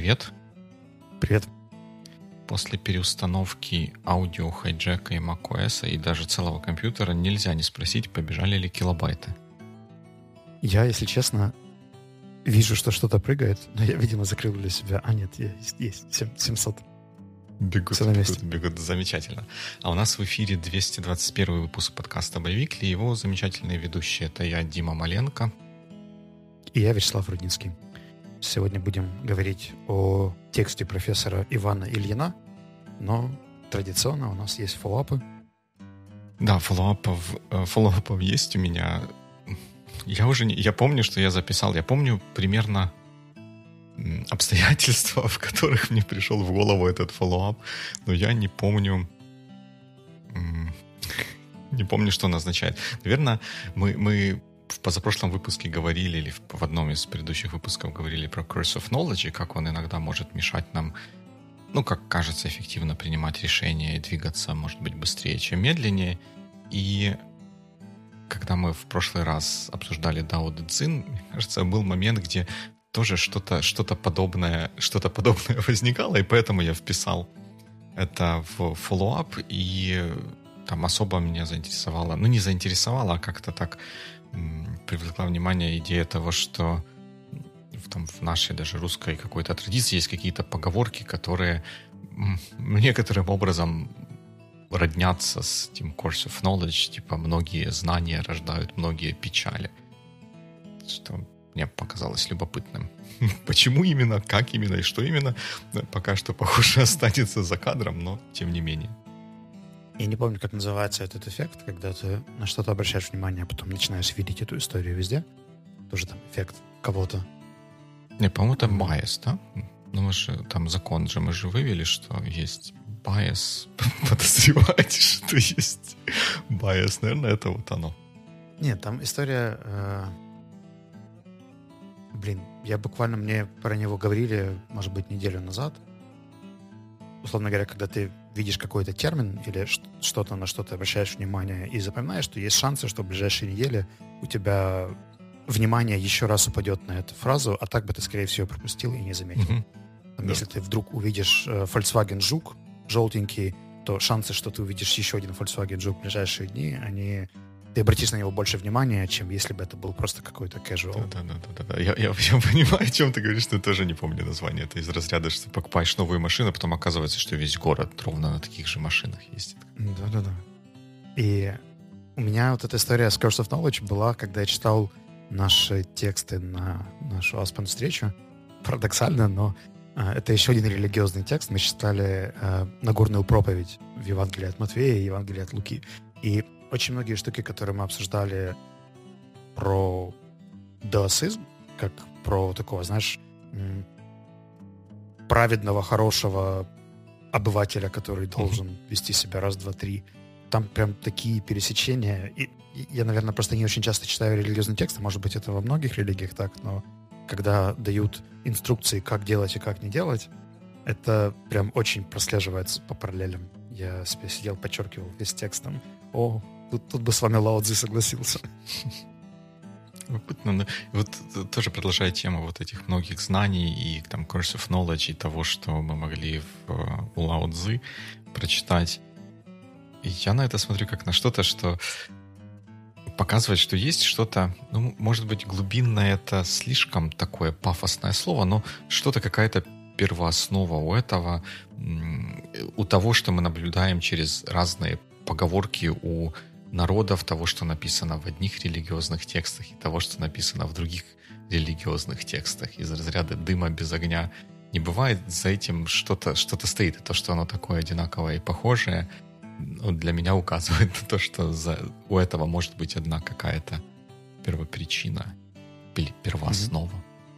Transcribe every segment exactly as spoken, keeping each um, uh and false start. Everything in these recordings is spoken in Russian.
привет. Привет. После переустановки аудио хайджека и macOS и даже целого компьютера нельзя не спросить, побежали ли килобайты. Я, если честно, вижу, что что-то прыгает, но я, видимо, закрыл для себя. А, нет, есть, есть семьсот. Бегут, бегут, бегут, замечательно. А у нас в эфире двести двадцать первый выпуск подкаста «Боевик», и его замечательные ведущие. Это я, Дима Маленко. И я, Вячеслав Рудницкий. Сегодня будем говорить о тексте профессора Ивана Ильина, но традиционно у нас есть фоллоуапы. Да, фоллоуапов, фоллоуапов есть у меня. Я уже не... Я помню, что я записал. Я помню примерно обстоятельства, в которых мне пришел в голову этот фоллоуап, но я не помню... Не помню, что он означает. Наверное, мы... мы в позапрошлом выпуске говорили, или в одном из предыдущих выпусков говорили про Curse of Knowledge, и как он иногда может мешать нам, ну, как кажется, эффективно принимать решения и двигаться, может быть, быстрее, чем медленнее. И когда мы в прошлый раз обсуждали Дао Дэ Цзин, мне кажется, был момент, где тоже что-то, что-то подобное, что-то подобное возникало, и поэтому я вписал это в фоллоуап, и там особо меня заинтересовало, ну, не заинтересовало, а как-то так привлекла внимание идея того, что в, там, в нашей даже русской какой-то традиции есть какие-то поговорки, которые некоторым образом роднятся с этим course of knowledge, типа многие знания рождают многие печали. Что мне показалось любопытным. Почему именно, как именно и что именно, пока что, похоже, останется за кадром, но тем не менее. Я не помню, как называется этот эффект, когда ты на что-то обращаешь внимание, а потом начинаешь видеть эту историю везде. Тоже там эффект кого-то. Не, по-моему, это bias, да? Ну, мы же, там закон же, мы же вывели, что есть bias. Подозреваете, что есть bias. Наверное, это вот оно. Нет, там история... Э... Блин, я буквально, мне про него говорили, может быть, неделю назад. Условно говоря, когда ты видишь какой-то термин или что-то, на что ты обращаешь внимание и запоминаешь, что есть шансы, что в ближайшие недели у тебя внимание еще раз упадет на эту фразу, а так бы ты, скорее всего, пропустил и не заметил. Mm-hmm. Там, yeah. Если ты вдруг увидишь э, Volkswagen Жук желтенький, то шансы, что ты увидишь еще один Volkswagen Жук в ближайшие дни, они... Ты обратишь на него больше внимания, чем если бы это был просто какой-то casual. Да-да-да. Я, я, я понимаю, о чем ты говоришь, но я тоже не помню название. Это из разряда, что ты покупаешь новую машину, а потом оказывается, что весь город ровно на таких же машинах ездит. Да-да-да. И у меня вот эта история с Curse of Knowledge была, когда я читал наши тексты на нашу Аспен-встречу. Парадоксально, но а, это еще один религиозный текст. Мы читали а, Нагорную проповедь в Евангелии от Матфея и Евангелии от Луки. И очень многие штуки, которые мы обсуждали про даосизм, как про такого, знаешь, праведного, хорошего обывателя, который должен mm-hmm. вести себя раз, два, три. Там прям такие пересечения. И, и я, наверное, просто не очень часто читаю религиозные тексты. Может быть, это во многих религиях так, но когда дают инструкции, как делать и как не делать, это прям очень прослеживается по параллелям. Я себе сидел, подчеркивал весь текстом. О, Тут, тут бы с вами Лао Цзи согласился. Любопытно. Вот тоже продолжая тему вот этих многих знаний и там Course of Knowledge и того, что мы могли в, у Лао Цзи прочитать. И я на это смотрю как на что-то, что показывает, что есть что-то, ну, может быть, глубинное — это слишком такое пафосное слово, но что-то, какая-то первооснова у этого, у того, что мы наблюдаем через разные поговорки у народов, того, что написано в одних религиозных текстах, и того, что написано в других религиозных текстах. Из разряда дыма без огня не бывает. За этим что-то, что-то стоит. И то, что оно такое одинаковое и похожее, для меня указывает на то, что за, у этого может быть одна какая-то первопричина или первооснова.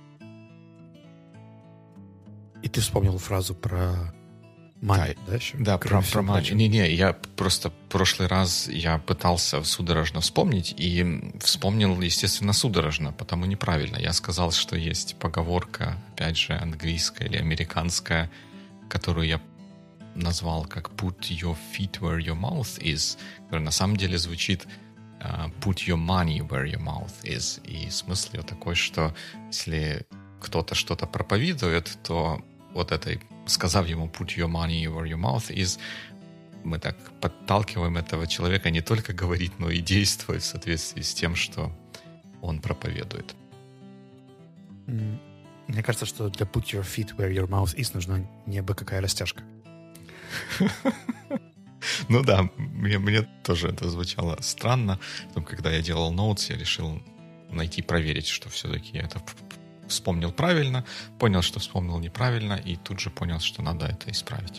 И ты вспомнил фразу про Мани, да, да, еще? Да, про, про Мани. Не-не, я просто в прошлый раз я пытался судорожно вспомнить и вспомнил, естественно, судорожно, потому неправильно. Я сказал, что есть поговорка, опять же, английская или американская, которую я назвал как «put your feet where your mouth is», которая на самом деле звучит uh, «put your money where your mouth is». И смысл ее такой, что если кто-то что-то проповедует, то вот этой, сказав ему «put your money where your mouth is», мы так подталкиваем этого человека не только говорить, но и действовать в соответствии с тем, что он проповедует. Мне кажется, что для «put your feet where your mouth is» нужна не бы какая растяжка. Ну да, мне, мне тоже это звучало странно. Потом, когда я делал ноутс, я решил найти, проверить, что все-таки я это вспомнил правильно, понял, что вспомнил неправильно, и тут же понял, что надо это исправить.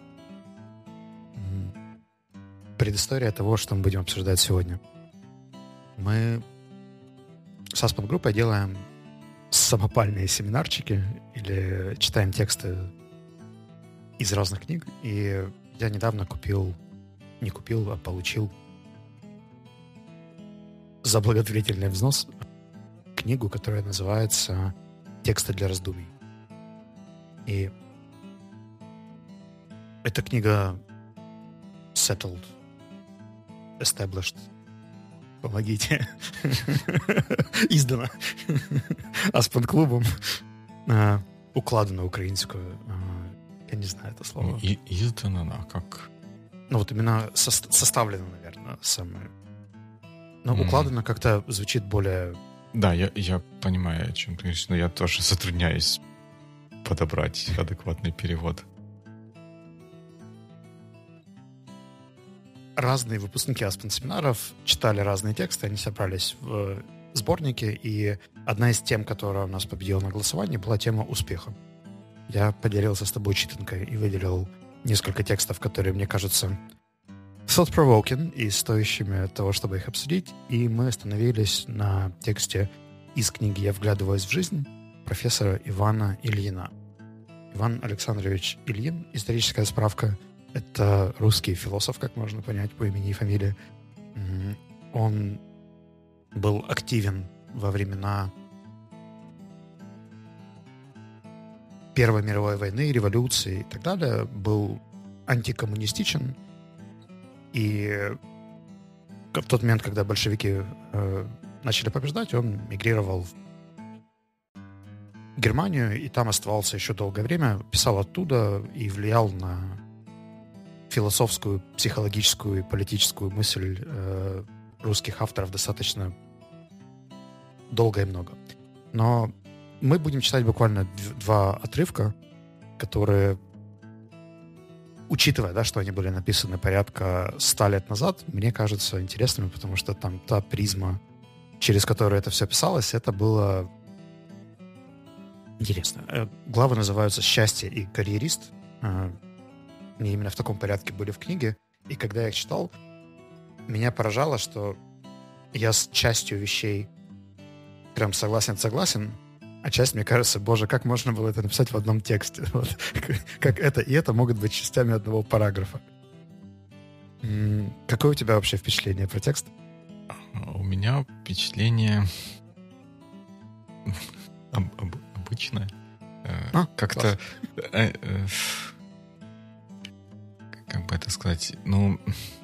Предыстория того, что мы будем обсуждать сегодня. Мы с Аспен-группой делаем самопальные семинарчики или читаем тексты из разных книг, и я недавно купил, не купил, а получил за благотворительный взнос книгу, которая называется «Тексты для раздумий». И эта книга settled, established, помогите, издана Аспен-клубом, укладена українською. Я не знаю это слово. И, издана, да, как? Ну вот именно со- составлено, наверное, самое. Но mm. укладено как-то звучит более... Да, я, я понимаю, о чем ты говоришь, но я тоже затрудняюсь подобрать адекватный перевод. Разные выпускники Аспен-семинаров читали разные тексты, они собрались в сборнике, и одна из тем, которая у нас победила на голосовании, была тема успеха. Я поделился с тобой читанкой и выделил несколько текстов, которые мне кажутся thought-provoking и стоящими того, чтобы их обсудить. И мы остановились на тексте из книги «Я вглядываюсь в жизнь» профессора Ивана Ильина. Иван Александрович Ильин, историческая справка, это русский философ, как можно понять по имени и фамилии. Он был активен во времена Первой мировой войны, революции и так далее, был антикоммунистичен, и в тот момент, когда большевики э, начали побеждать, он мигрировал в Германию и там оставался еще долгое время, писал оттуда и влиял на философскую, психологическую и политическую мысль э, русских авторов достаточно долго и много. Но мы будем читать буквально два отрывка, которые, учитывая, да, что они были написаны порядка ста лет назад, мне кажутся интересными, потому что там та призма, через которую это все писалось, это было интересно. Главы называются «Счастье» и «Карьерист». Они именно в таком порядке были в книге. И когда я их читал, меня поражало, что я с частью вещей прям согласен-согласен, а часть, мне кажется, боже, как можно было это написать в одном тексте? Вот. Как это и это могут быть частями одного параграфа. Какое у тебя вообще впечатление про текст? У меня впечатление об- об- обычное. А, Как-то... Э, э, как бы это сказать? Ну,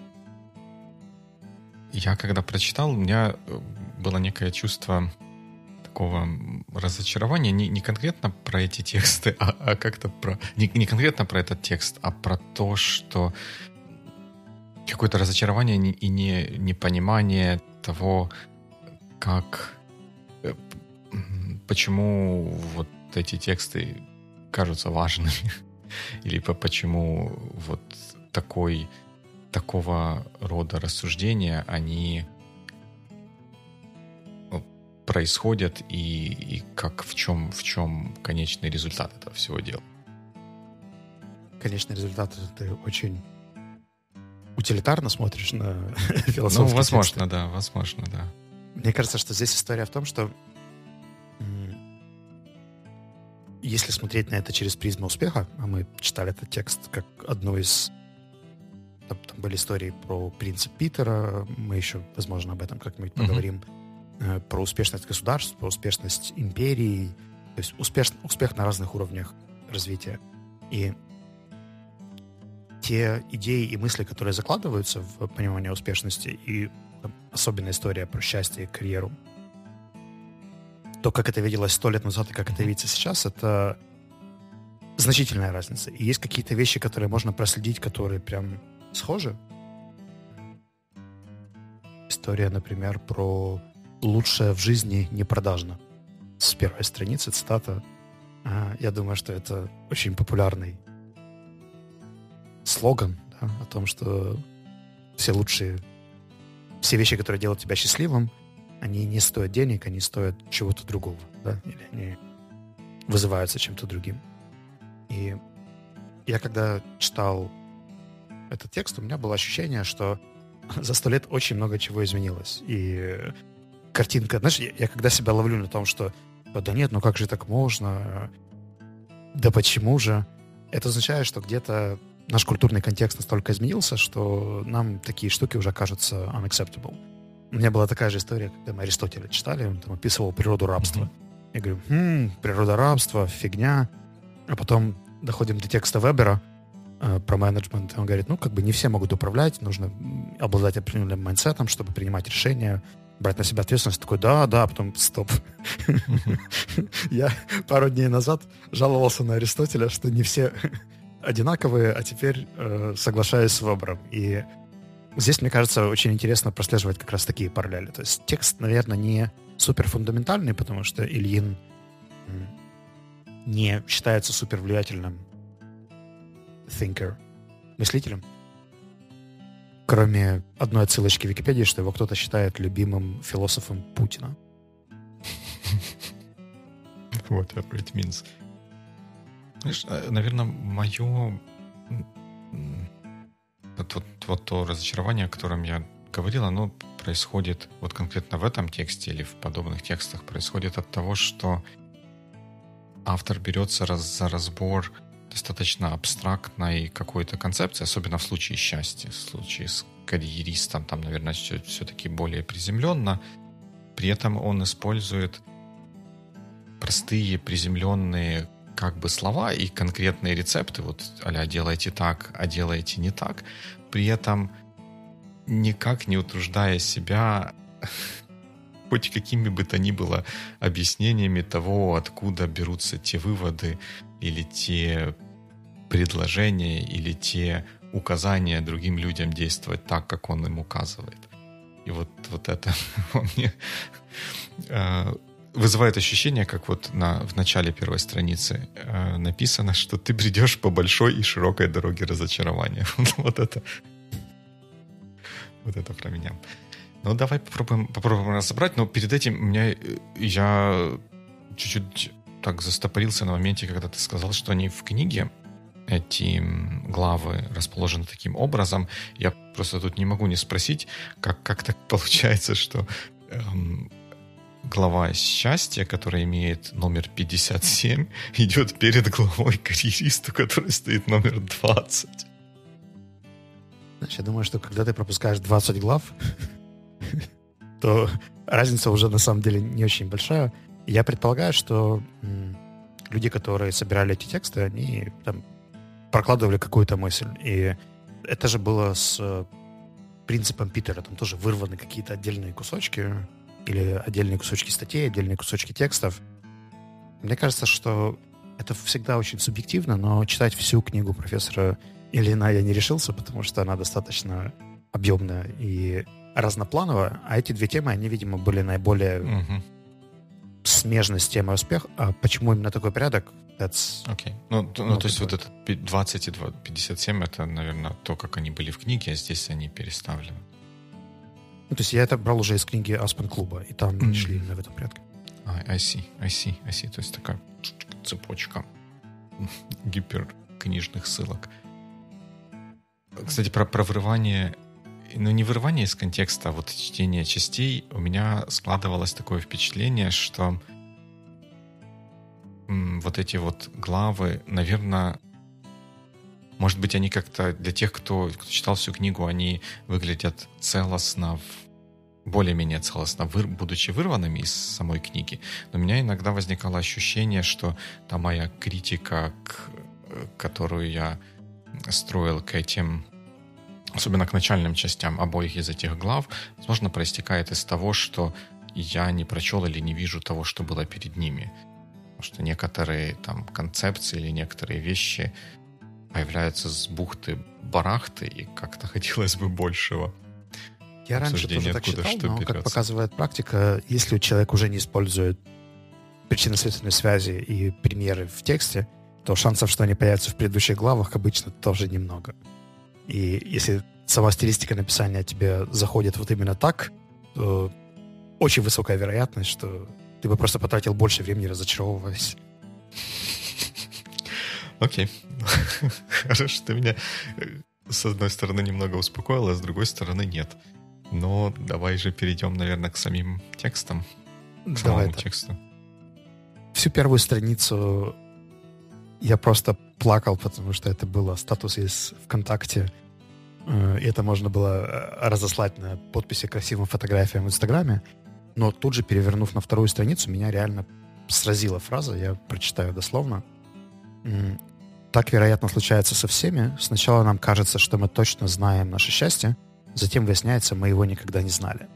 я когда прочитал, у меня было некое чувство такого разочарования, не, не конкретно про эти тексты, а, а как-то про... Не, не конкретно про этот текст, а про то, что какое-то разочарование и не, непонимание того, как... Почему вот эти тексты кажутся важными. Или почему вот такой, такого рода рассуждения, они происходят, и, и как в чем, в чем конечный результат этого всего дела. Конечный результат — ты очень утилитарно смотришь на философские Ну, возможно, тексты. да, возможно, да. Мне кажется, что здесь история в том, что если смотреть на это через призму успеха, а мы читали этот текст как одну из... Там, там были истории про принцип Питера, мы еще, возможно, об этом как-нибудь uh-huh. поговорим, э, про успешность государств, про успешность империй, то есть успеш, успех на разных уровнях развития. И те идеи и мысли, которые закладываются в понимание успешности, и там, особенно история про счастье и карьеру, то, как это виделось сто лет назад и как это видится сейчас, это значительная разница. И есть какие-то вещи, которые можно проследить, которые прям схожи. История, например, про «лучшее в жизни не продажно». С первой страницы цитата. Я думаю, что это очень популярный слоган, да, о том, что все лучшие, все вещи, которые делают тебя счастливым, они не стоят денег, они стоят чего-то другого, да, или они вызываются чем-то другим. И я когда читал этот текст, у меня было ощущение, что за сто лет очень много чего изменилось. И картинка, знаешь, я, я когда себя ловлю на том, что да нет, ну как же так можно, да почему же, это означает, что где-то наш культурный контекст настолько изменился, что нам такие штуки уже кажутся unacceptable. У меня была такая же история, когда мы Аристотеля читали, он там описывал природу рабства. Mm-hmm. Я говорю, хм, природа рабства, фигня. А потом доходим до текста Вебера э, про менеджмент, и он говорит, ну, как бы не все могут управлять, нужно обладать определенным майндсетом, чтобы принимать решения, брать на себя ответственность. Такой, да, да, а потом стоп. Я пару дней назад жаловался на Аристотеля, что не все одинаковые, а теперь э, соглашаюсь с Вебером. И здесь, мне кажется, очень интересно прослеживать как раз такие параллели. То есть текст, наверное, не супер фундаментальный, потому что Ильин не считается супер влиятельным thinker, мыслителем. Кроме одной отсылочки в Википедии, что его кто-то считает любимым философом Путина. Whatever it means. Знаешь, наверное, мое... Вот, вот, вот то разочарование, о котором я говорил, оно происходит вот конкретно в этом тексте или в подобных текстах, происходит от того, что автор берется раз, за разбор достаточно абстрактной какой-то концепции, особенно в случае счастья, в случае с карьеристом, там, наверное, все, все-таки более приземленно. При этом он использует простые, приземленные как бы слова и конкретные рецепты, вот а-ля делайте так, а делайте не так, при этом никак не утруждая себя хоть какими бы то ни было объяснениями того, откуда берутся те выводы или те предложения, или те указания другим людям действовать так, как он им указывает. И вот, вот это мне э, вызывает ощущение, как вот на, в начале первой страницы э, написано, что ты бредешь по большой и широкой дороге разочарования. Вот это вот это про меня. Ну, давай попробуем, попробуем разобрать. Но перед этим у меня, я чуть-чуть так застопорился на моменте, когда ты сказал, что они в книге, эти главы, расположены таким образом. Я просто тут не могу не спросить, как, как так получается, что эм, глава «Счастье», которая имеет номер пятьдесят семь, идет перед главой «Карьеристу», который стоит номер двадцать. Знаешь, я думаю, что когда ты пропускаешь двадцать глав, то разница уже на самом деле не очень большая. Я предполагаю, что м, люди, которые собирали эти тексты, они там прокладывали какую-то мысль. И это же было с принципом Питера. Там тоже вырваны какие-то отдельные кусочки или отдельные кусочки статей, отдельные кусочки текстов. Мне кажется, что это всегда очень субъективно, но читать всю книгу профессора Ильина я не решился, потому что она достаточно объемная и разноплановая. А эти две темы, они, видимо, были наиболее угу. смежны с темой успеха. А почему именно такой порядок? Окей. Okay. Ну, ну, ну, то есть вот этот двадцать и пятьдесят семь, это, наверное, то, как они были в книге, а здесь они переставлены. Ну, то есть я это брал уже из книги Аспен Клуба, и там mm-hmm. шли именно в этом порядке. I, I see, I see, I see. То есть такая цепочка гиперкнижных ссылок. Кстати, про, про вырывание, ну не вырывание из контекста, а вот чтение частей, у меня складывалось такое впечатление, что м, вот эти вот главы, наверное, может быть, они как-то для тех, кто, кто читал всю книгу, они выглядят целостно, более-менее целостно, выр, будучи вырванными из самой книги. Но у меня иногда возникало ощущение, что та моя критика, к, которую я строил к этим, особенно к начальным частям обоих из этих глав, возможно, проистекает из того, что я не прочел или не вижу того, что было перед ними. Потому что некоторые там концепции или некоторые вещи появляются с бухты-барахты, и как-то хотелось бы большего. Я раньше тоже так считал, но, берется. Как показывает практика, если человек уже не использует причинно-следственные связи и примеры в тексте, то шансов, что они появятся в предыдущих главах, обычно тоже немного. И если сама стилистика написания тебе заходит вот именно так, то очень высокая вероятность, что ты бы просто потратил больше времени, разочаровываясь. Окей. Хорошо, ты меня с одной стороны немного успокоил, а с другой стороны нет. Но давай же перейдем, наверное, к самим текстам. К Давай самому так. тексту. Всю первую страницу я просто плакал, потому что это было статус из ВКонтакте. И это можно было разослать на подписи красивым фотографиям в Инстаграме. Но тут же, перевернув на вторую страницу, меня реально сразила фраза, я прочитаю дословно. «Так, вероятно, случается со всеми. Сначала нам кажется, что мы точно знаем наше счастье, затем выясняется, мы его никогда не знали».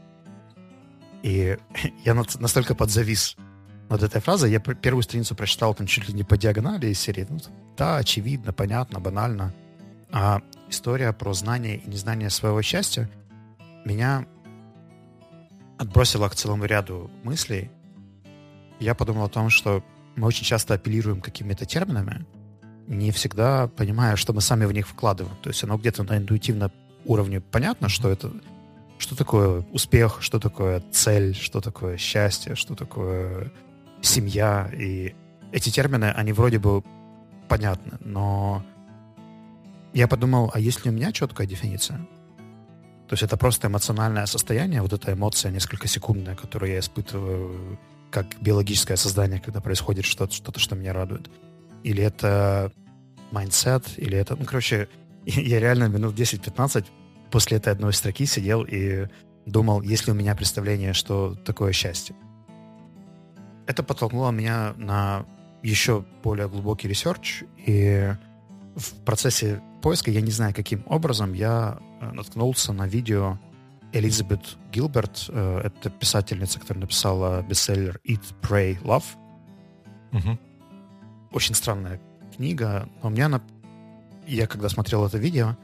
И я настолько подзавис над этой фразой. Я первую страницу прочитал там чуть ли не по диагонали из серии. Ну, да, очевидно, понятно, банально. А история про знание и незнание своего счастья меня отбросила к целому ряду мыслей. Я подумал о том, что мы очень часто апеллируем какими-то терминами, не всегда понимая, что мы сами в них вкладываем. То есть оно где-то на интуитивном уровне понятно, что это, что такое успех, что такое цель, что такое счастье, что такое семья. И эти термины, они вроде бы понятны, но я подумал, а есть ли у меня четкая дефиниция? То есть это просто эмоциональное состояние, вот эта эмоция несколько секундная, которую я испытываю как биологическое создание, когда происходит что-то, что-то, что меня радует. Или это mindset, или это... Ну, короче, я реально минут десять-пятнадцать после этой одной строки сидел и думал, есть ли у меня представление, что такое счастье. Это подтолкнуло меня на еще более глубокий ресерч, и в процессе поиска, я не знаю, каким образом, я наткнулся на видео Элизабет Гилберт. Это писательница, которая написала бестселлер «Eat, Pray, Love». Угу. Очень странная книга, но мне она... Я когда смотрел это видео,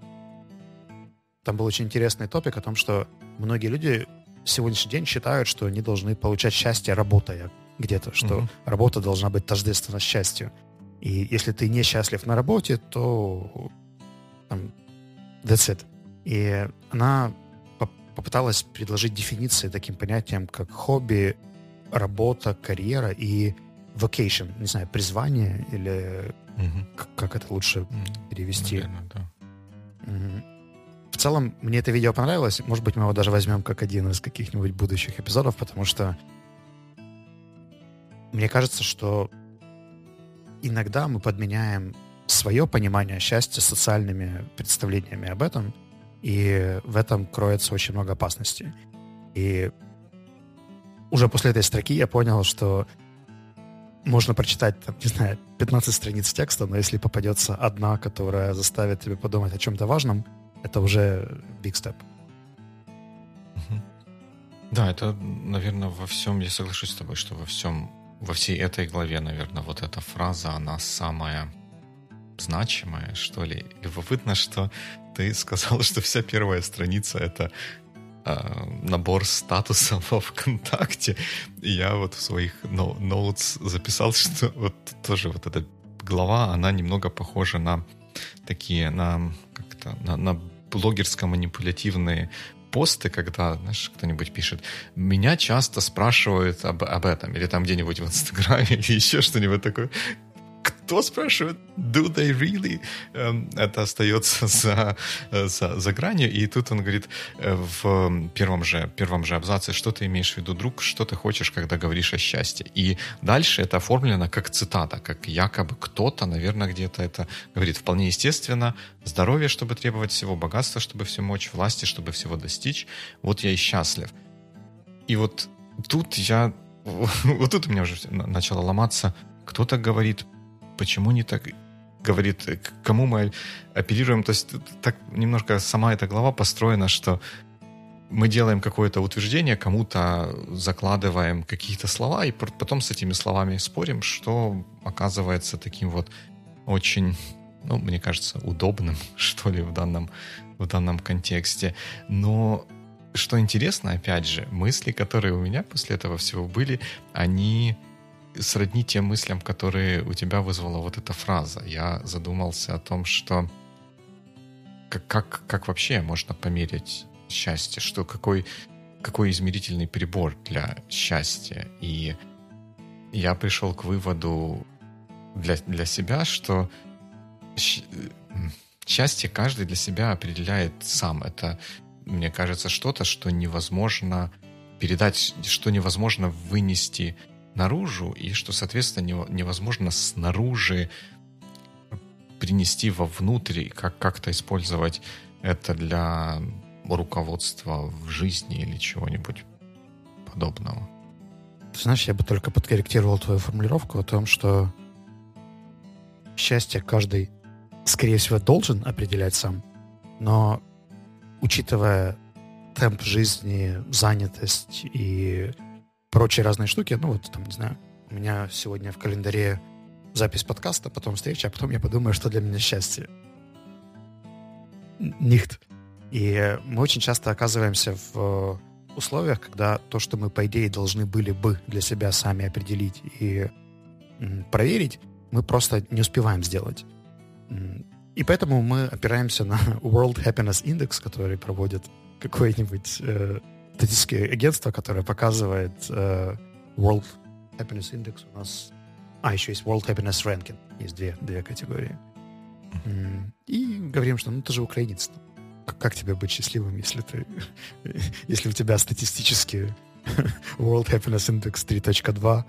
там был очень интересный топик о том, что многие люди в сегодняшний день считают, что они должны получать счастье, работая где-то, что угу. работа должна быть тождественна счастью. И если ты не счастлив на работе, то там, that's it. И она попыталась предложить дефиниции таким понятиям, как хобби, работа, карьера и vocation, не знаю, призвание или угу. как, как это лучше угу. перевести. Наверное, да. Угу. В целом, мне это видео понравилось. Может быть, мы его даже возьмем как один из каких-нибудь будущих эпизодов, потому что мне кажется, что иногда мы подменяем свое понимание счастья социальными представлениями об этом, и в этом кроется очень много опасностей. И уже после этой строки я понял, что можно прочитать, там, не знаю, пятнадцать страниц текста, но если попадется одна, которая заставит тебя подумать о чем-то важном, это уже big step. Угу. Да, это, наверное, во всем, я соглашусь с тобой, что во всем, во всей этой главе, наверное, вот эта фраза, она самая значимая, что ли. Любопытно, что ты сказал, что вся первая страница — это э, набор статусов во ВКонтакте. И я вот в своих notes записал, что вот тоже вот эта глава, она немного похожа на такие, на как-то, на, на блогерско-манипулятивные посты, когда, знаешь, кто-нибудь пишет, меня часто спрашивают об, об этом, или там где-нибудь в Инстаграме, или еще что-нибудь такое. Кто спрашивает? Do they really? Это остается за, за, за гранью. И тут он говорит в первом же, первом же абзаце, что ты имеешь в виду, друг, что ты хочешь, когда говоришь о счастье. И дальше это оформлено как цитата, как якобы кто-то, наверное, где-то это говорит. Вполне естественно. Здоровье, чтобы требовать всего, богатство, чтобы все мочь, власти, чтобы всего достичь. Вот я и счастлив. И вот тут я... Вот тут у меня уже начало ломаться. Кто-то говорит... Почему не так говорит, к кому мы апеллируем? То есть так немножко сама эта глава построена, что мы делаем какое-то утверждение, кому-то закладываем какие-то слова, и потом с этими словами спорим, что оказывается таким вот очень, ну, мне кажется, удобным, что ли, в данном, в данном контексте. Но что интересно, опять же, мысли, которые у меня после этого всего были, они сродни тем мыслям, которые у тебя вызвала вот эта фраза. Я задумался о том, что как, как, как вообще можно померить счастье, что какой, какой измерительный прибор для счастья. И я пришел к выводу для, для себя, что счастье каждый для себя определяет сам. Это, мне кажется, что-то, что невозможно передать, что невозможно вынести наружу, и что, соответственно, невозможно снаружи принести вовнутрь, как, как-то использовать это для руководства в жизни или чего-нибудь подобного. Ты знаешь, я бы только подкорректировал твою формулировку о том, что счастье каждый, скорее всего, должен определять сам, но учитывая темп жизни, занятость и прочие разные штуки, ну вот там, не знаю, у меня сегодня в календаре запись подкаста, потом встреча, а потом я подумаю, что для меня счастье. Нихт. И мы очень часто оказываемся в условиях, когда то, что мы, по идее, должны были бы для себя сами определить и проверить, мы просто не успеваем сделать. И поэтому мы опираемся на World Happiness Index, который проводит какое-нибудь э, статистическое агентство, которое показывает э, World Happiness Index у нас... А, еще есть World Happiness Ranking. Есть две, две категории. И говорим, что ну ты же украинец. Как, как тебе быть счастливым, если ты... если у тебя статистически World Happiness Index три точка два?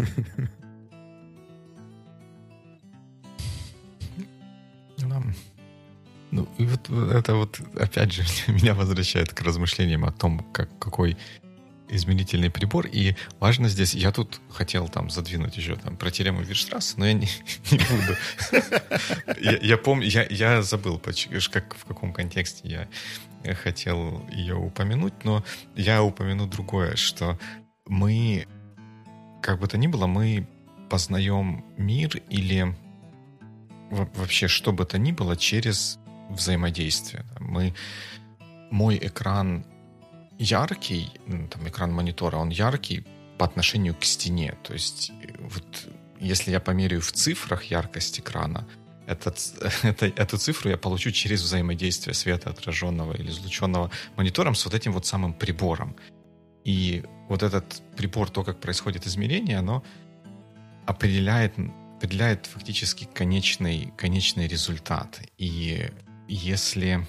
Ну, и вот это вот, опять же, меня возвращает к размышлениям о том, как, какой измерительный прибор. И важно здесь, я тут хотел там задвинуть еще там про теорему Вирштрасса, но я не, не буду. Я, я помню, я, я забыл, как, в каком контексте я хотел ее упомянуть, но я упомяну другое, что мы, как бы то ни было, мы познаем мир или вообще что бы то ни было через взаимодействие. Мы, мой экран яркий, там экран монитора, он яркий по отношению к стене. То есть вот если я померяю в цифрах яркость экрана, этот, это, эту цифру я получу через взаимодействие света, отраженного или излученного монитором с вот этим вот самым прибором. И вот этот прибор, то, как происходит измерение, оно определяет, определяет фактически конечный, конечный результат. И если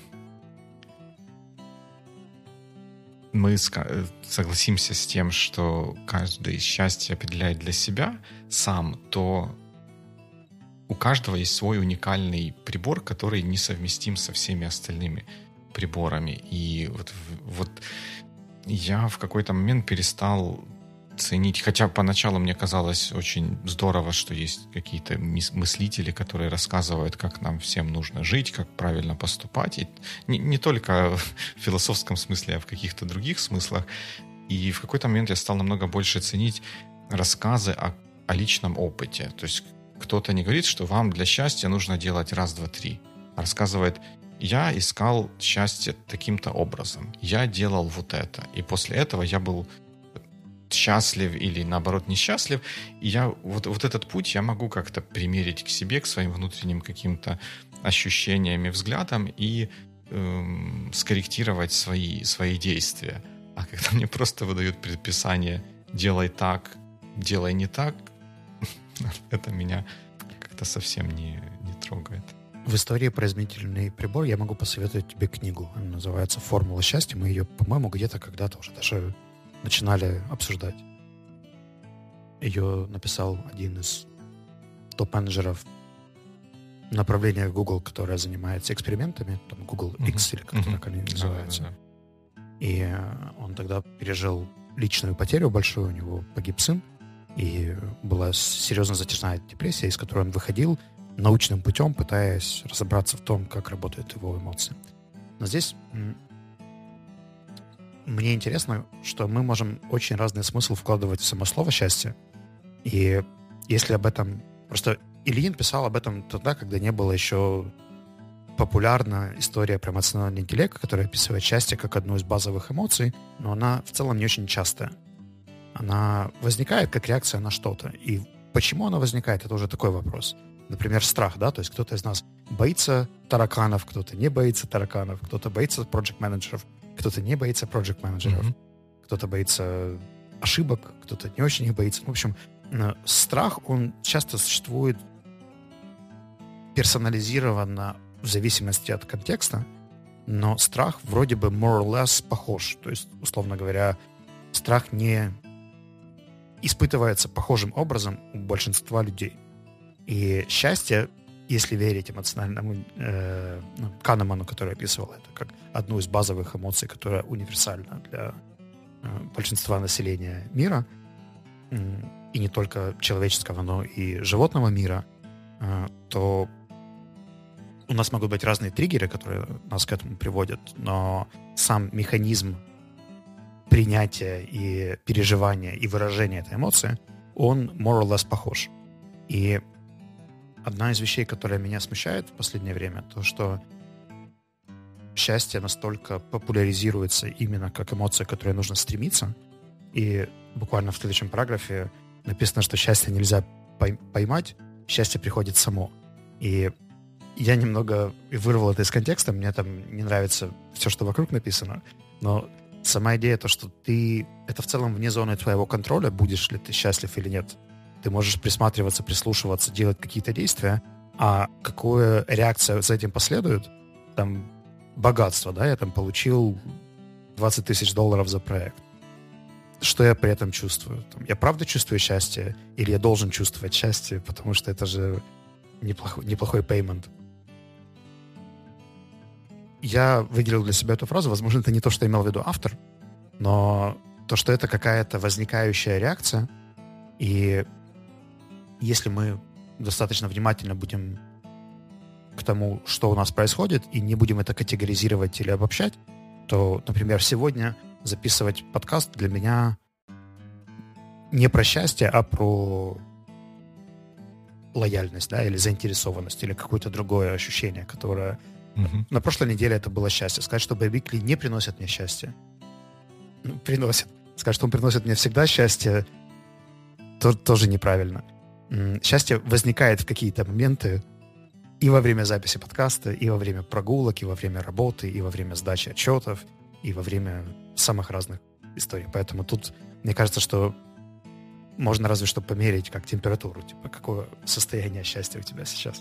мы согласимся с тем, что каждый счастье определяет для себя сам, то у каждого есть свой уникальный прибор, который несовместим со всеми остальными приборами. И вот, вот я в какой-то момент перестал ценить, хотя поначалу мне казалось очень здорово, что есть какие-то мыслители, которые рассказывают, как нам всем нужно жить, как правильно поступать. И не, не только в философском смысле, а в каких-то других смыслах. И в какой-то момент я стал намного больше ценить рассказы о, о личном опыте. То есть кто-то не говорит, что вам для счастья нужно делать раз, два, три. А рассказывает: я искал счастье таким-то образом. Я делал вот это. И после этого я был счастлив или, наоборот, несчастлив. И я вот, вот этот путь я могу как-то примерить к себе, к своим внутренним каким-то ощущениям и взглядам и эм, скорректировать свои, свои действия. А когда мне просто выдают предписание «делай так, делай не так», это меня как-то совсем не, не трогает. В истории про измерительный прибор я могу посоветовать тебе книгу. Она называется «Формула счастья». Мы ее, по-моему, где-то когда-то уже даже начинали обсуждать. Ее написал один из топ-менеджеров направления Google, которое занимается экспериментами, там Google X, uh-huh. или как-то uh-huh. так они называются. Uh-huh. И он тогда пережил личную потерю большую, у него погиб сын, и была серьезно затяжная депрессия, из которой он выходил научным путем, пытаясь разобраться в том, как работают его эмоции. Но здесь мне интересно, что мы можем очень разный смысл вкладывать в само слово «счастье». И если об этом... Просто Ильин писал об этом тогда, когда не было еще популярна история про эмоциональный интеллект, которая описывает счастье как одну из базовых эмоций, но она в целом не очень частая. Она возникает как реакция на что-то. И почему она возникает, это уже такой вопрос. Например, страх, да, то есть кто-то из нас боится тараканов, кто-то не боится тараканов, кто-то боится проект-менеджеров, кто-то не боится проект-менеджеров, mm-hmm. кто-то боится ошибок, кто-то не очень их боится. В общем, страх, он часто существует персонализированно в зависимости от контекста, но страх вроде бы more or less похож. То есть, условно говоря, страх не испытывается похожим образом у большинства людей. И счастье, если верить эмоциональному э, ну, Канеману, который описывал это как одну из базовых эмоций, которая универсальна для э, большинства населения мира, э, и не только человеческого, но и животного мира, э, то у нас могут быть разные триггеры, которые нас к этому приводят, но сам механизм принятия и переживания и выражения этой эмоции, он more or less похож. И одна из вещей, которая меня смущает в последнее время, то, что счастье настолько популяризируется именно как эмоция, к которой нужно стремиться. И буквально в следующем параграфе написано, что счастье нельзя поймать, счастье приходит само. И я немного вырвал это из контекста, мне там не нравится все, что вокруг написано, но сама идея, то, что ты... Это в целом вне зоны твоего контроля, будешь ли ты счастлив или нет. Ты можешь присматриваться, прислушиваться, делать какие-то действия, а какая реакция за этим последует, там, богатство, да, я там получил двадцать тысяч долларов за проект. Что я при этом чувствую? Там, я правда чувствую счастье? Или я должен чувствовать счастье, потому что это же неплохой, неплохой payment. Я выделил для себя эту фразу, возможно, это не то, что имел в виду автор, но то, что это какая-то возникающая реакция, и если мы достаточно внимательно будем к тому, что у нас происходит, и не будем это категоризировать или обобщать, то, например, сегодня записывать подкаст для меня не про счастье, а про лояльность, да, или заинтересованность, или какое-то другое ощущение, которое... Mm-hmm. На прошлой неделе это было счастье. Сказать, что Бэйбикли не приносит мне счастье. Ну, приносит. Сказать, что он приносит мне всегда счастье, то, тоже неправильно. Счастье возникает в какие-то моменты и во время записи подкаста, и во время прогулок, и во время работы, и во время сдачи отчетов, и во время самых разных историй. Поэтому тут, мне кажется, что можно разве что померить как температуру, типа, какое состояние счастья у тебя сейчас.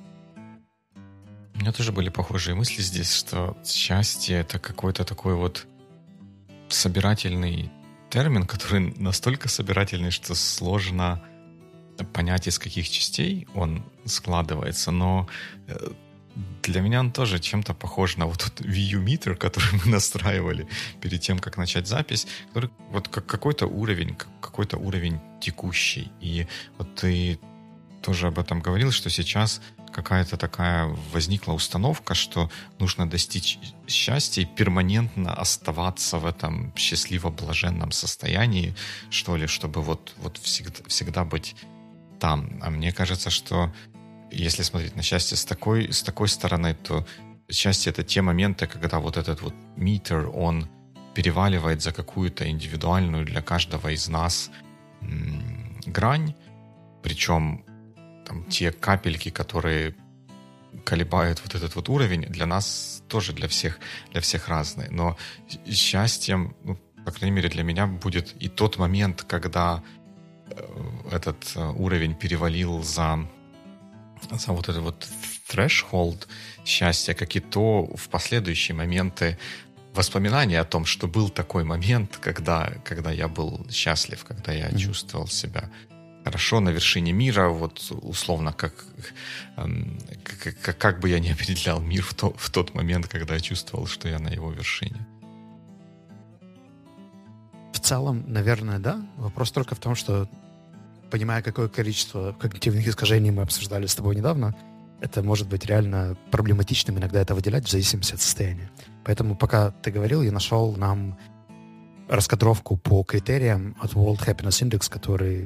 У меня тоже были похожие мысли здесь, что счастье — это какой-то такой вот собирательный термин, который настолько собирательный, что сложно понять, из каких частей он складывается, но для меня он тоже чем-то похож на вот тот вью-метр, который мы настраивали перед тем, как начать запись, который вот как какой-то уровень, какой-то уровень текущий. И вот ты тоже об этом говорил, что сейчас какая-то такая возникла установка, что нужно достичь счастья и перманентно оставаться в этом счастливо-блаженном состоянии, что ли, чтобы вот, вот всегда, всегда быть там. А мне кажется, что если смотреть на счастье с такой, с такой стороны, то счастье — это те моменты, когда вот этот вот метр, он переваливает за какую-то индивидуальную для каждого из нас м- грань, причем там те капельки, которые колебают вот этот вот уровень, для нас тоже, для всех, для всех разные. Но счастьем, ну, по крайней мере, для меня будет и тот момент, когда этот уровень перевалил за, за вот этот вот threshold счастья, как и то в последующие моменты воспоминания о том, что был такой момент, когда, когда я был счастлив, когда я mm-hmm. чувствовал себя хорошо на вершине мира, вот условно, как, как, как бы я ни определял мир в, то, в тот момент, когда я чувствовал, что я на его вершине. В целом, наверное, да. Вопрос только в том, что, понимая, какое количество когнитивных искажений мы обсуждали с тобой недавно, это может быть реально проблематичным иногда это выделять в зависимости от состояния. Поэтому, пока ты говорил, я нашел нам раскадровку по критериям от World Happiness Index, который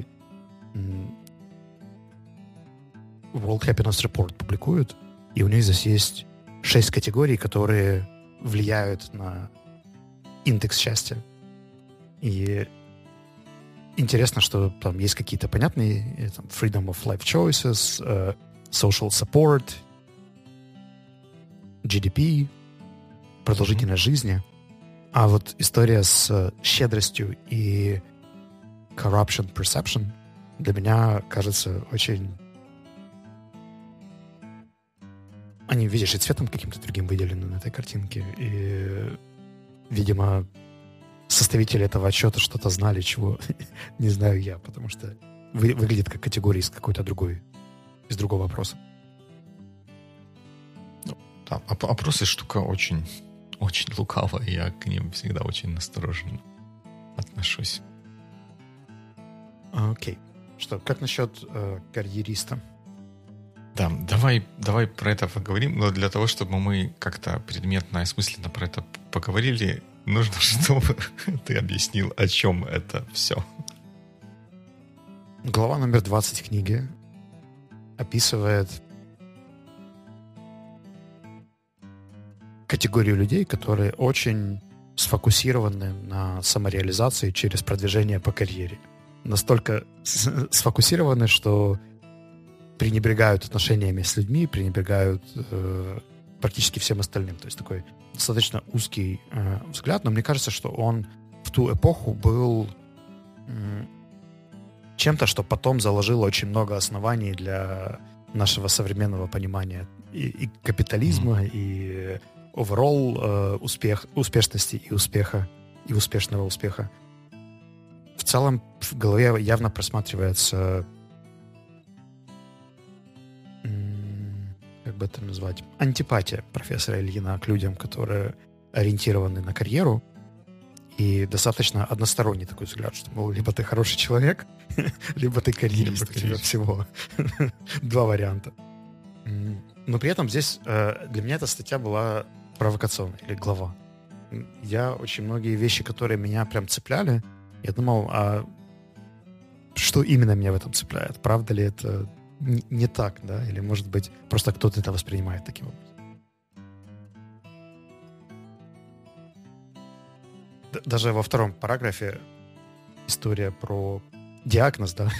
World Happiness Report публикует, и у них здесь есть шесть категорий, которые влияют на индекс счастья. И интересно, что там есть какие-то понятные там, freedom of life choices, uh, social support, джи ди пи, продолжительность mm-hmm. жизни. А вот история с щедростью и corruption perception для меня кажется очень... Они, видишь, и цветом каким-то другим выделены на этой картинке. И, видимо, составители этого отчета что-то знали, чего не знаю я, потому что вы, выглядит как категория из какой-то другой, из другого опроса. Ну, да, опросы штука очень, очень лукавая, я к ним всегда очень настороженно отношусь. Окей. Okay. Что, как насчет э, карьериста? Да, давай, давай про это поговорим, но для того, чтобы мы как-то предметно и осмысленно про это поговорили, нужно, чтобы ты объяснил, о чем это все. Глава номер двадцать книги описывает категорию людей, которые очень сфокусированы на самореализации через продвижение по карьере. Настолько сфокусированы, что пренебрегают отношениями с людьми, пренебрегают э, практически всем остальным. То есть такой достаточно узкий э, взгляд, но мне кажется, что он в ту эпоху был э, чем-то, что потом заложило очень много оснований для нашего современного понимания и, и капитализма, mm-hmm. и overall э, успех, успешности и успеха, и успешного успеха. В целом в голове явно просматривается, как бы это назвать, антипатия профессора Ильина к людям, которые ориентированы на карьеру, и достаточно односторонний такой взгляд, что, мол, либо ты хороший человек, либо ты карьерист, у тебя всего два варианта. Но при этом здесь для меня эта статья была провокационной, или глава. Я очень многие вещи, которые меня прям цепляли, я думал, а что именно меня в этом цепляет? Правда ли это не, не так, да? Или, может быть, просто кто-то это воспринимает таким образом? Д- даже во втором параграфе история про диагноз, да?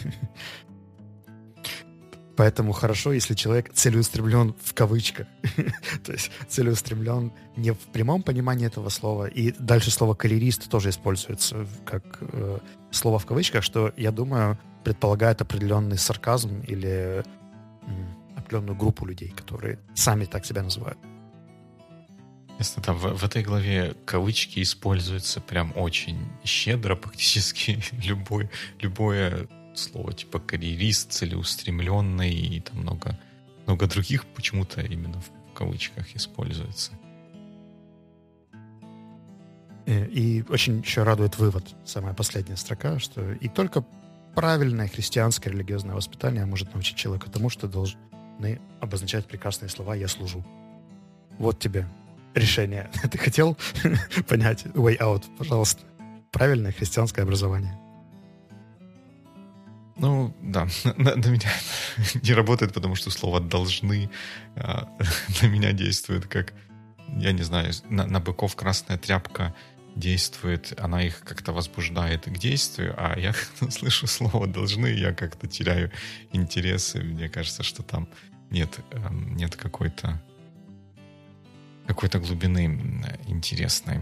Поэтому хорошо, если человек целеустремлен в кавычках. То есть целеустремлен не в прямом понимании этого слова. И дальше слово «карьерист» тоже используется как э, слово в кавычках, что, я думаю, предполагает определенный сарказм или м, определенную группу людей, которые сами так себя называют. Ясно, да, в, в этой главе кавычки используются прям очень щедро, практически любой, любое слово типа карьерист, целеустремленный и там много, много других почему-то именно в кавычках используется. И, и очень еще радует вывод, самая последняя строка, что и только правильное христианское религиозное воспитание может научить человека тому, что должны обозначать прекрасные слова «я служу». Вот тебе решение. Ты хотел понять way out, пожалуйста. Правильное христианское образование. Ну, да, на, на меня не работает, потому что слово «должны» а, на меня действует как, я не знаю, на, на быков красная тряпка действует, она их как-то возбуждает к действию, а я слышу слово «должны», я как-то теряю интерес, и мне кажется, что там нет, нет какой-то какой-то глубины интересной.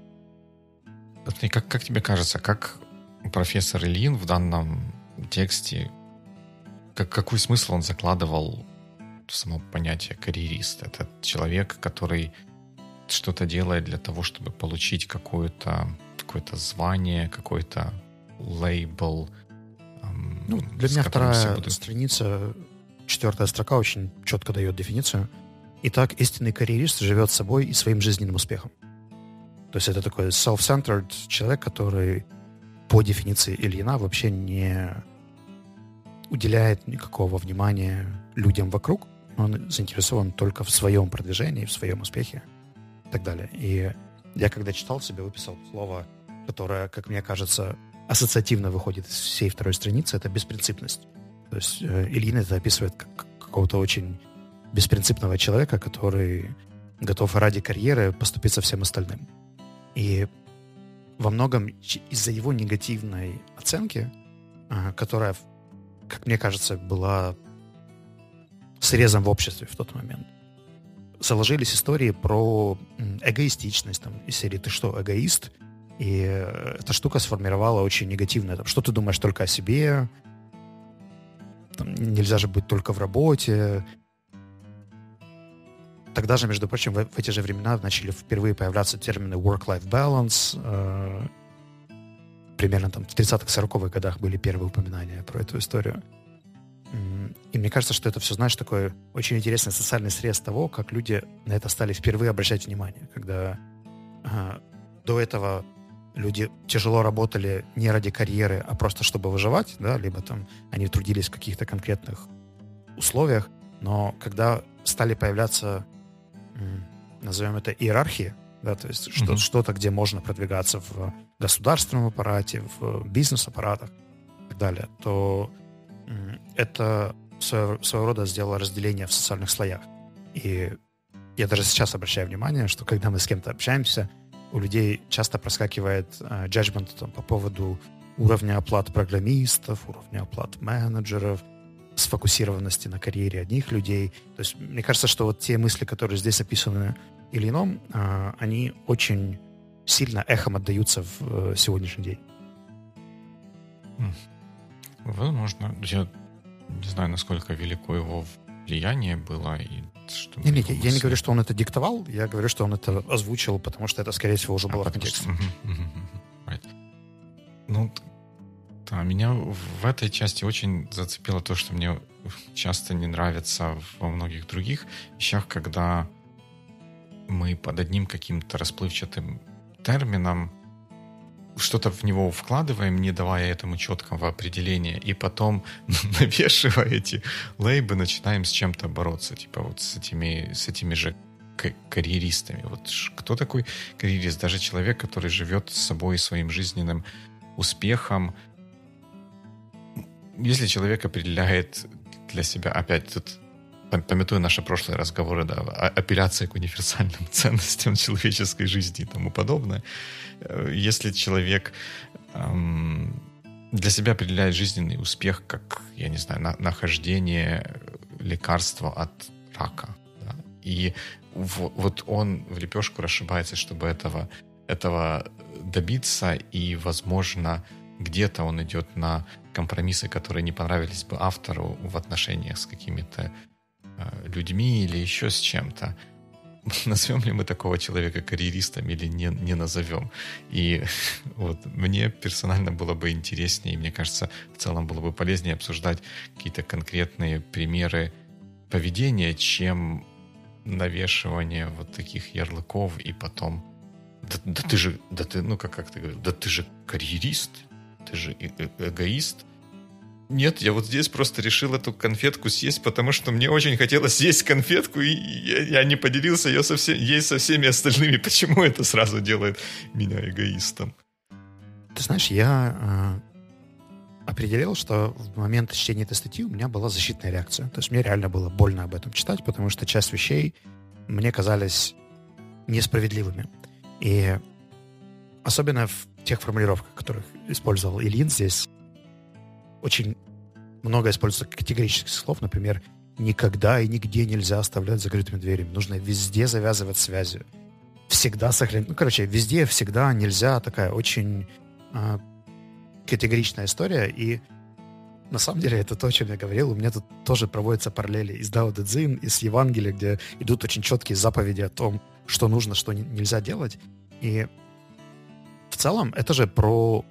Как, как тебе кажется, как профессор Ильин в данном тексте, как, какой смысл он закладывал в само понятие карьерист? Это человек, который что-то делает для того, чтобы получить какое-то, какое-то звание, какой-то лейбл. Эм, ну, для меня вторая будут... страница, четвертая строка очень четко дает дефиницию. Итак, истинный карьерист живет собой и своим жизненным успехом. То есть это такой self-centered человек, который по дефиниции Ильина вообще не уделяет никакого внимания людям вокруг. Он заинтересован только в своем продвижении, в своем успехе и так далее. И я, когда читал, себе выписал слово которая, как мне кажется, ассоциативно выходит из всей второй страницы, это беспринципность. То есть э, Ильин это описывает как какого-то очень беспринципного человека, который готов ради карьеры поступить со всем остальным. И во многом из-за его негативной оценки, э, которая, как мне кажется, была срезом в обществе в тот момент, заложились истории про эгоистичность, там, из серии «Ты что, эгоист?» И эта штука сформировала очень негативное. Там, что ты думаешь только о себе? Там, нельзя же быть только в работе. Тогда же, между прочим, в, в эти же времена начали впервые появляться термины work-life balance. Э, примерно там в тридцатых-сороковых годах были первые упоминания про эту историю. И мне кажется, что это все, знаешь, такой очень интересный социальный срез того, как люди на это стали впервые обращать внимание. Когда э, до этого люди тяжело работали не ради карьеры, а просто чтобы выживать, да, либо там они трудились в каких-то конкретных условиях, но когда стали появляться, назовем это, иерархии, да, то есть mm-hmm. что-то, где можно продвигаться в государственном аппарате, в бизнес-аппаратах и так далее, то это своего, своего рода сделало разделение в социальных слоях. И я даже сейчас обращаю внимание, что когда мы с кем-то общаемся, у людей часто проскакивает э, judgment там, по поводу уровня оплат программистов, уровня оплат менеджеров, сфокусированности на карьере одних людей. То есть мне кажется, что вот те мысли, которые здесь описаны Ильином, э, они очень сильно эхом отдаются в э, сегодняшний день. Возможно. Я не знаю, насколько велико его влияние было. И что не, не, я, я не говорю, что он это диктовал, я говорю, что он это озвучил, потому что это, скорее всего, уже а, было в контексте. Что... Right. Ну, да, меня в этой части очень зацепило то, что мне часто не нравится во многих других вещах, когда мы под одним каким-то расплывчатым термином что-то в него вкладываем, не давая этому четкого определения, и потом, навешивая эти лейбы, начинаем с чем-то бороться, типа вот с этими, с этими же карьеристами. Вот кто такой карьерист? Даже человек, который живет с собой, своим жизненным успехом. Если человек определяет для себя, опять тут памятуя наши прошлые разговоры, да, апелляция к универсальным ценностям человеческой жизни и тому подобное. Если человек эм, для себя определяет жизненный успех как, я не знаю, на, нахождение лекарства от рака, да, и в, вот он в лепешку расшибается, чтобы этого, этого добиться, и, возможно, где-то он идет на компромиссы, которые не понравились бы автору в отношениях с какими-то людьми или еще с чем-то. Назовем ли мы такого человека карьеристом или не, не назовем? И вот мне персонально было бы интереснее, и мне кажется, в целом было бы полезнее обсуждать какие-то конкретные примеры поведения, чем навешивание вот таких ярлыков и потом да, да ты же, да ты, ну как, как ты говоришь, да ты же карьерист, ты же э- эгоист. Нет, я вот здесь просто решил эту конфетку съесть, потому что мне очень хотелось съесть конфетку, и я, я не поделился ее со всем, ей со всеми остальными. Почему это сразу делает меня эгоистом? Ты знаешь, я э, определил, что в момент чтения этой статьи у меня была защитная реакция. То есть мне реально было больно об этом читать, потому что часть вещей мне казались несправедливыми. И особенно в тех формулировках, которых использовал Ильин здесь, очень много используется категорических слов, например, никогда и нигде нельзя оставлять закрытыми дверями. Нужно везде завязывать связи. Всегда сохранять. Ну, короче, везде, всегда нельзя. Такая очень э, категоричная история. И на самом деле это то, о чем я говорил. У меня тут тоже проводятся параллели из Дао Дэ Цзин, из Евангелия, где идут очень четкие заповеди о том, что нужно, что не, нельзя делать. И в целом это же про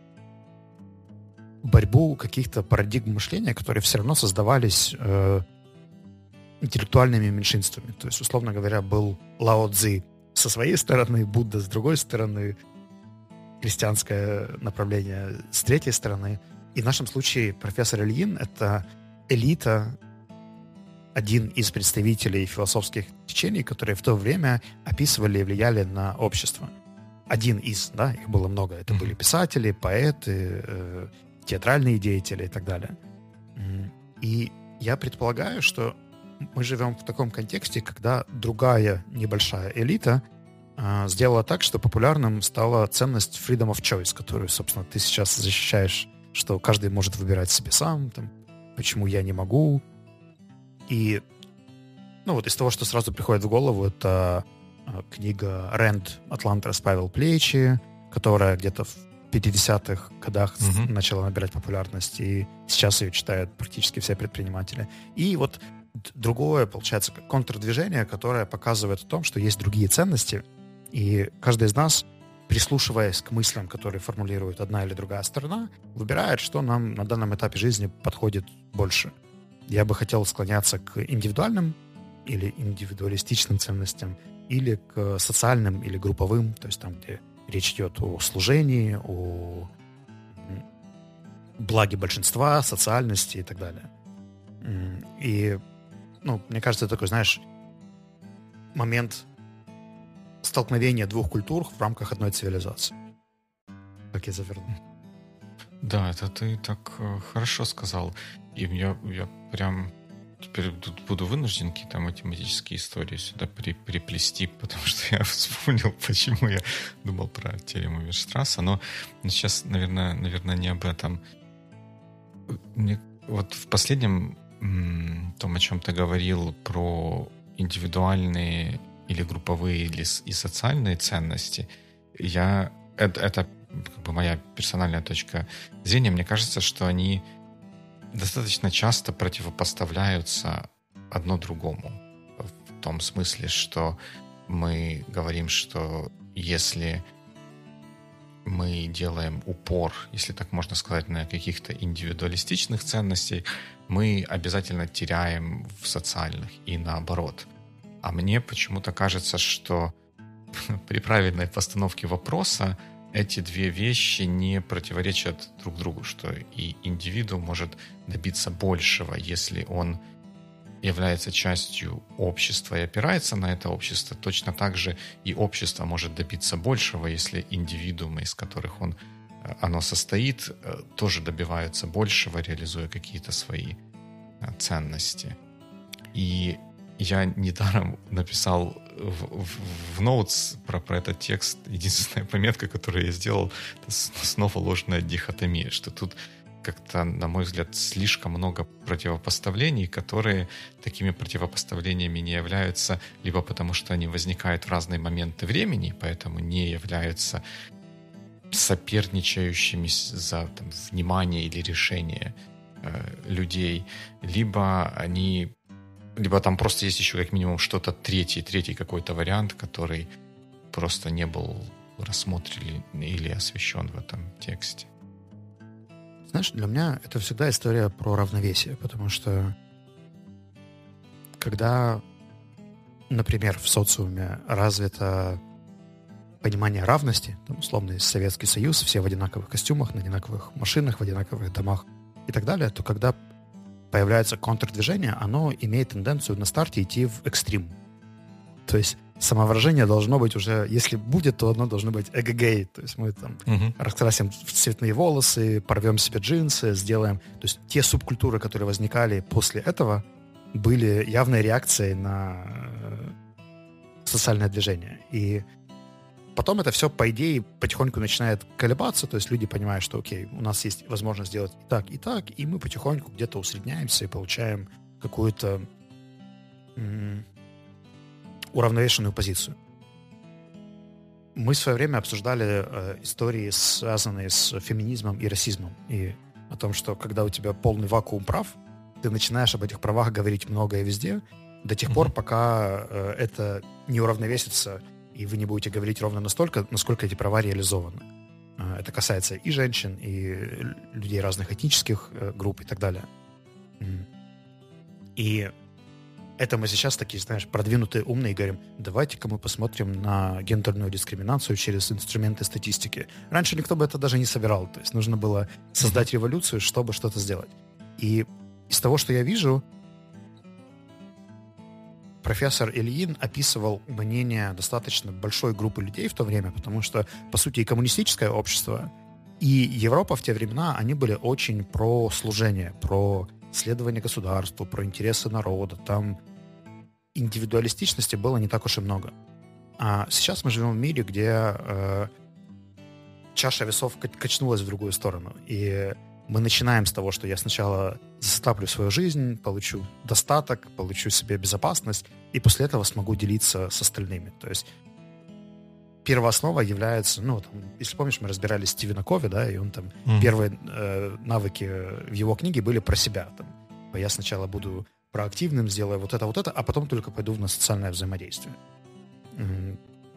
борьбу каких-то парадигм мышления, которые все равно создавались э, интеллектуальными меньшинствами. То есть, условно говоря, был Лао Цзи со своей стороны, Будда с другой стороны, христианское направление с третьей стороны. И в нашем случае профессор Ильин — это элита, один из представителей философских течений, которые в то время описывали и влияли на общество. один из, да, их было много. Это были писатели, поэты, э, театральные деятели и так далее. И я предполагаю, что мы живем в таком контексте, когда другая небольшая элита э, сделала так, что популярным стала ценность freedom of choice, которую, собственно, ты сейчас защищаешь, что каждый может выбирать себе сам, там, почему я не могу. И, ну, вот из того, что сразу приходит в голову, это э, книга Рэнд «Атлант расправил плечи», которая где-то в пятидесятых годах mm-hmm. начала набирать популярность, и сейчас ее читают практически все предприниматели. И вот другое, получается, контрдвижение, которое показывает о том, что есть другие ценности, и каждый из нас, прислушиваясь к мыслям, которые формулирует одна или другая сторона, выбирает, что нам на данном этапе жизни подходит больше. Я бы хотел склоняться к индивидуальным или индивидуалистичным ценностям, или к социальным или групповым, то есть там, где речь идет о служении, о благе большинства, социальности и так далее. И, ну, мне кажется, это такой, знаешь, момент столкновения двух культур в рамках одной цивилизации. Как я завернул. Да, это ты так э, хорошо сказал. И я, я прям теперь тут буду вынужден какие-то математические истории сюда при, приплести, потому что я вспомнил, почему я думал про теорему Вейерштрасса, но сейчас, наверное, наверное, не об этом. Мне, вот в последнем м, том, о чем ты говорил, про индивидуальные или групповые, или и социальные ценности, я, это, это как бы моя персональная точка зрения. Мне кажется, что они достаточно часто противопоставляются одно другому. В том смысле, что мы говорим, что если мы делаем упор, если так можно сказать, на каких-то индивидуалистичных ценностей, мы обязательно теряем в социальных и наоборот. А мне почему-то кажется, что при правильной постановке вопроса эти две вещи не противоречат друг другу, что и индивидуум может добиться большего, если он является частью общества и опирается на это общество, точно так же и общество может добиться большего, если индивидуумы, из которых он, оно состоит, тоже добиваются большего, реализуя какие-то свои ценности. И я недаром написал в, в, в notes про, про этот текст. Единственная пометка, которую я сделал, это снова ложная дихотомия, что тут как-то, на мой взгляд, слишком много противопоставлений, которые такими противопоставлениями не являются, либо потому что они возникают в разные моменты времени, поэтому не являются соперничающими за там, внимание или решение э, людей, либо они либо там просто есть еще как минимум что-то третий, третий какой-то вариант, который просто не был рассмотрен или освещен в этом тексте. Знаешь, для меня это всегда история про равновесие, потому что когда, например, в социуме развито понимание равности, там, условно, Советский Союз, все в одинаковых костюмах, на одинаковых машинах, в одинаковых домах и так далее, то когда появляется контрдвижение, оно имеет тенденцию на старте идти в экстрим. То есть самовыражение должно быть уже, если будет, то оно должно быть эгегей. То есть мы там uh-huh. раскрасим в цветные волосы, порвем себе джинсы, сделаем... То есть те субкультуры, которые возникали после этого, были явной реакцией на социальное движение. И потом это все, по идее, потихоньку начинает колебаться, то есть люди понимают, что, окей, у нас есть возможность сделать и так, и так, и мы потихоньку где-то усредняемся и получаем какую-то м- уравновешенную позицию. Мы в свое время обсуждали э, истории, связанные с феминизмом и расизмом, и о том, что когда у тебя полный вакуум прав, ты начинаешь об этих правах говорить много и везде, до тех mm-hmm. пор, пока э, это не уравновесится, и вы не будете говорить ровно настолько, насколько эти права реализованы. Это касается и женщин, и людей разных этнических групп и так далее. И это мы сейчас такие, знаешь, продвинутые, умные, и говорим, давайте-ка мы посмотрим на гендерную дискриминацию через инструменты статистики. Раньше никто бы это даже не собирал. То есть нужно было создать революцию, чтобы что-то сделать. И из того, что я вижу, профессор Ильин описывал мнение достаточно большой группы людей в то время, потому что, по сути, и коммунистическое общество, и Европа в те времена, они были очень про служение, про следование государству, про интересы народа. Там индивидуалистичности было не так уж и много. А сейчас мы живем в мире, где э, чаша весов качнулась в другую сторону. И мы начинаем с того, что я сначала застаплю свою жизнь, получу достаток, получу себе безопасность, и после этого смогу делиться с остальными. То есть первооснова является, ну, там, если помнишь, мы разбирали Стивена Кови, да, и он там, mm-hmm. первые э, навыки в его книге были про себя. Там, я сначала буду проактивным, сделаю вот это, вот это, а потом только пойду на социальное взаимодействие. Mm-hmm.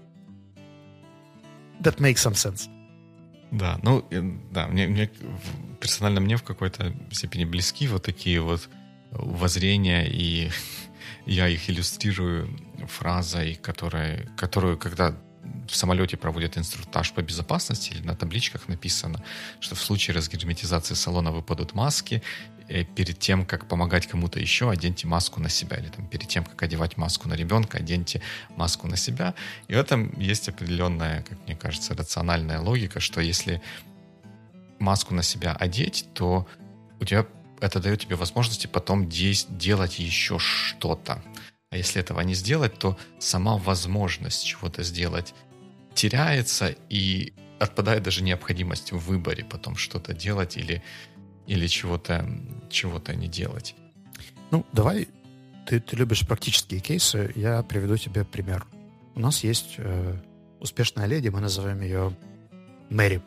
That makes some sense. Да, ну, да, мне, мне персонально мне в какой-то степени близки вот такие вот воззрения, и я их иллюстрирую фразой, которая, которую, когда в самолете проводят инструктаж по безопасности, или на табличках написано, что в случае разгерметизации салона выпадут маски, перед тем, как помогать кому-то еще, оденьте маску на себя. Или там, перед тем, как одевать маску на ребенка, оденьте маску на себя. И в этом есть определенная, как мне кажется, рациональная логика, что если маску на себя одеть, то у тебя это дает тебе возможности потом де- делать еще что-то. А если этого не сделать, то сама возможность чего-то сделать теряется, и отпадает даже необходимость в выборе потом что-то делать или или чего-то, чего-то не делать. Ну, давай, ты, ты любишь практические кейсы, я приведу тебе пример. У нас есть э, успешная леди, мы называем ее Мэри.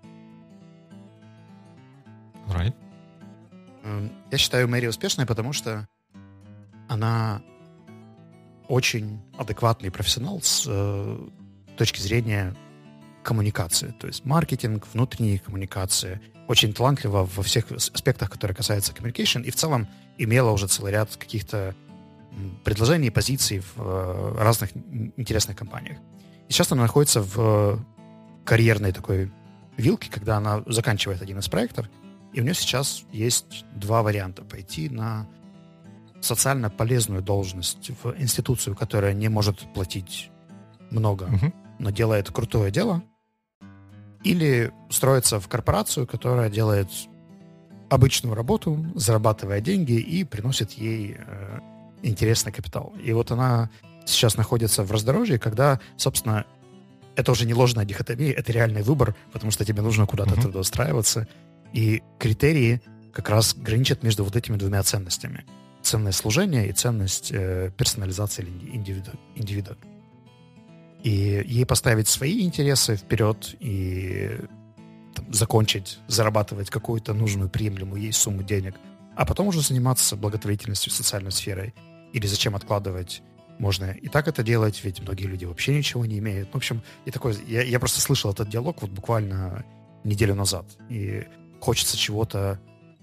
Right. Э, я считаю Мэри успешной, потому что она очень адекватный профессионал с э, точки зрения коммуникации, то есть маркетинг, внутренние коммуникации, очень талантлива во всех аспектах, которые касаются communication, и в целом имела уже целый ряд каких-то предложений, позиций в разных интересных компаниях. И сейчас она находится в карьерной такой вилке, когда она заканчивает один из проектов, и у нее сейчас есть два варианта: пойти на социально полезную должность в институцию, которая не может платить много, uh-huh. но делает крутое дело, или устроиться в корпорацию, которая делает обычную работу, зарабатывая деньги и приносит ей э, интересный капитал. И вот она сейчас находится в раздорожье, когда, собственно, это уже не ложная дихотомия, это реальный выбор, потому что тебе нужно куда-то uh-huh. трудоустраиваться. И критерии как раз граничат между вот этими двумя ценностями. Ценность служения и ценность э, персонализации индивиду, индивида. И ей поставить свои интересы вперед и там, закончить зарабатывать какую-то нужную, приемлемую ей сумму денег, а потом уже заниматься благотворительностью, социальной сферой. Или зачем откладывать? Можно и так это делать, ведь многие люди вообще ничего не имеют. В общем, и такой, я, я просто слышал этот диалог вот буквально неделю назад. И хочется чего-то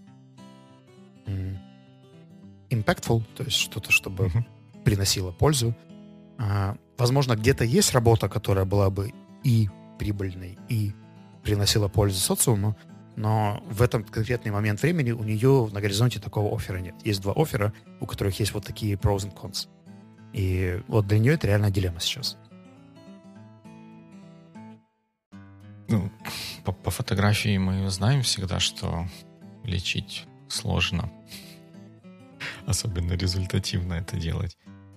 м- impactful, то есть что-то, чтобы mm-hmm. приносило пользу. А, возможно, где-то есть работа, которая была бы и прибыльной, и приносила пользу социуму, но в этом конкретный момент времени у нее на горизонте такого оффера нет. Есть два оффера, у которых есть вот такие pros and cons. И вот для нее это реальная дилемма сейчас. Ну, по, по фотографии мы знаем всегда, что лечить сложно. Особенно результативно это делать.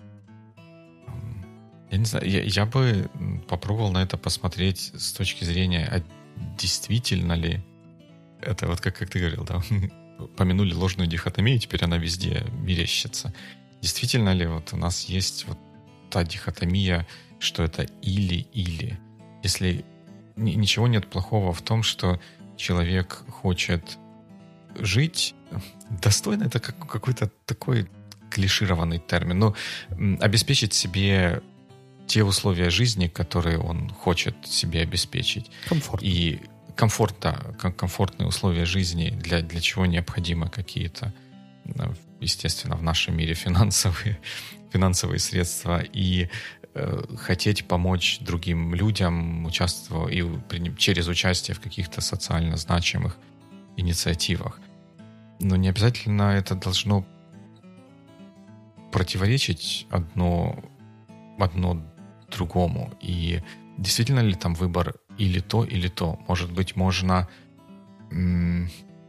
Я не знаю, я, я бы попробовал на это посмотреть с точки зрения, а действительно ли это, вот как, как ты говорил, да, помянули ложную дихотомию, теперь она везде мерещится. Действительно ли вот у нас есть вот та дихотомия, что это или-или? Если н- ничего нет плохого в том, что человек хочет жить достойно, это как, какой-то такой клишированный термин, но м, обеспечить себе те условия жизни, которые он хочет себе обеспечить. Комфорт. И комфорт, да, комфортные условия жизни, для, для чего необходимы какие-то, естественно, в нашем мире финансовые, финансовые средства, и э, хотеть помочь другим людям, участвовать и через участие в каких-то социально значимых инициативах. Но не обязательно это должно противоречить одно, одно другому. И действительно ли там выбор или то, или то? Может быть, можно... М-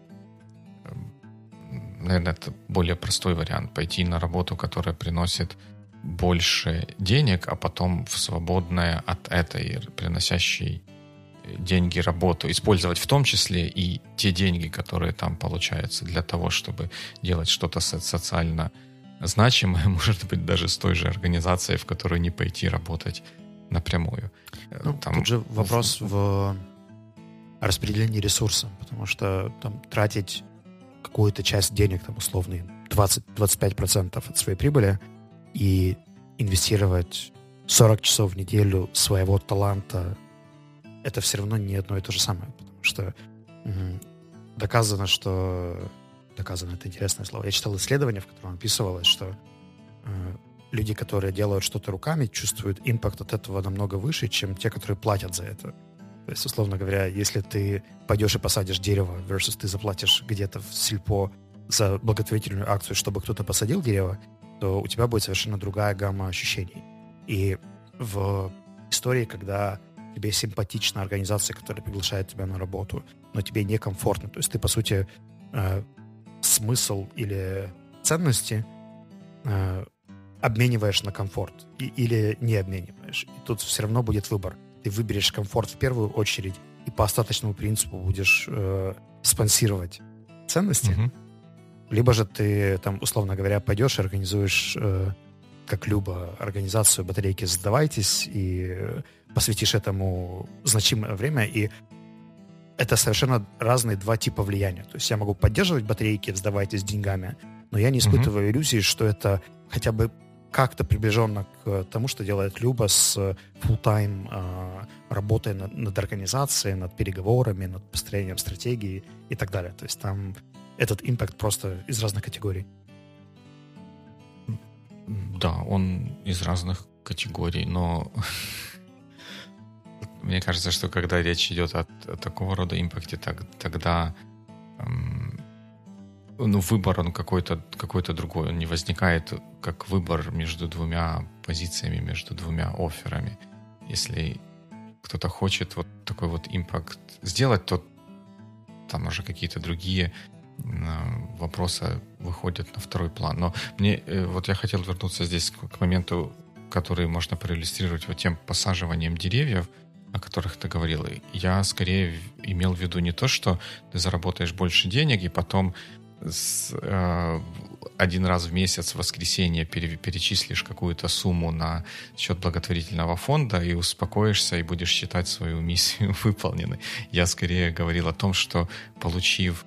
наверное, это более простой вариант. Пойти на работу, которая приносит больше денег, а потом в свободное от этой приносящей деньги работу использовать в том числе и те деньги, которые там получаются, для того, чтобы делать что-то со- социально значимое, может быть, даже с той же организацией, в которую не пойти работать напрямую. Ну, там... Тут же вопрос в распределении ресурса, потому что там тратить какую-то часть денег, там, условно, двадцать-двадцать пять процентов от своей прибыли и инвестировать сорок часов в неделю своего таланта, это все равно не одно и то же самое, потому что м- доказано, что... Доказано — это интересное слово. Я читал исследование, в котором описывалось, что э, люди, которые делают что-то руками, чувствуют импакт от этого намного выше, чем те, которые платят за это. То есть, условно говоря, если ты пойдешь и посадишь дерево versus ты заплатишь где-то в сельпо за благотворительную акцию, чтобы кто-то посадил дерево, то у тебя будет совершенно другая гамма ощущений. И в истории, когда тебе симпатична организация, которая приглашает тебя на работу, но тебе некомфортно, то есть ты, по сути, э, смысл или ценности э, обмениваешь на комфорт и, или не обмениваешь. И тут все равно будет выбор. Ты выберешь комфорт в первую очередь и по остаточному принципу будешь э, спонсировать ценности, Mm-hmm. либо же ты, там, условно говоря, пойдешь и организуешь, э, как Люба, организацию «Батарейки сдавайтесь» и посвятишь этому значимое время, и это совершенно разные два типа влияния. То есть я могу поддерживать «Батарейки сдавайтесь» деньгами, но я не испытываю mm-hmm. иллюзии, что это хотя бы как-то приближенно к тому, что делает Люба с full-time э, работой над, над организацией, над переговорами, над построением стратегии и так далее. То есть там этот импакт просто из разных категорий. Да, он из разных категорий, но мне кажется, что когда речь идет о, о такого рода импакте, так, тогда эм, ну, выбор он какой-то, какой-то другой. Он не возникает как выбор между двумя позициями, между двумя офферами. Если кто-то хочет вот такой вот импакт сделать, то там уже какие-то другие вопросы выходят на второй план. Но мне, вот я хотел вернуться здесь к, к моменту, который можно проиллюстрировать вот тем посаживанием деревьев, о которых ты говорил. Я скорее имел в виду не то, что ты заработаешь больше денег и потом с, э, один раз в месяц в воскресенье пере, перечислишь какую-то сумму на счет благотворительного фонда и успокоишься и будешь считать свою миссию выполненной. Я скорее говорил о том, что получив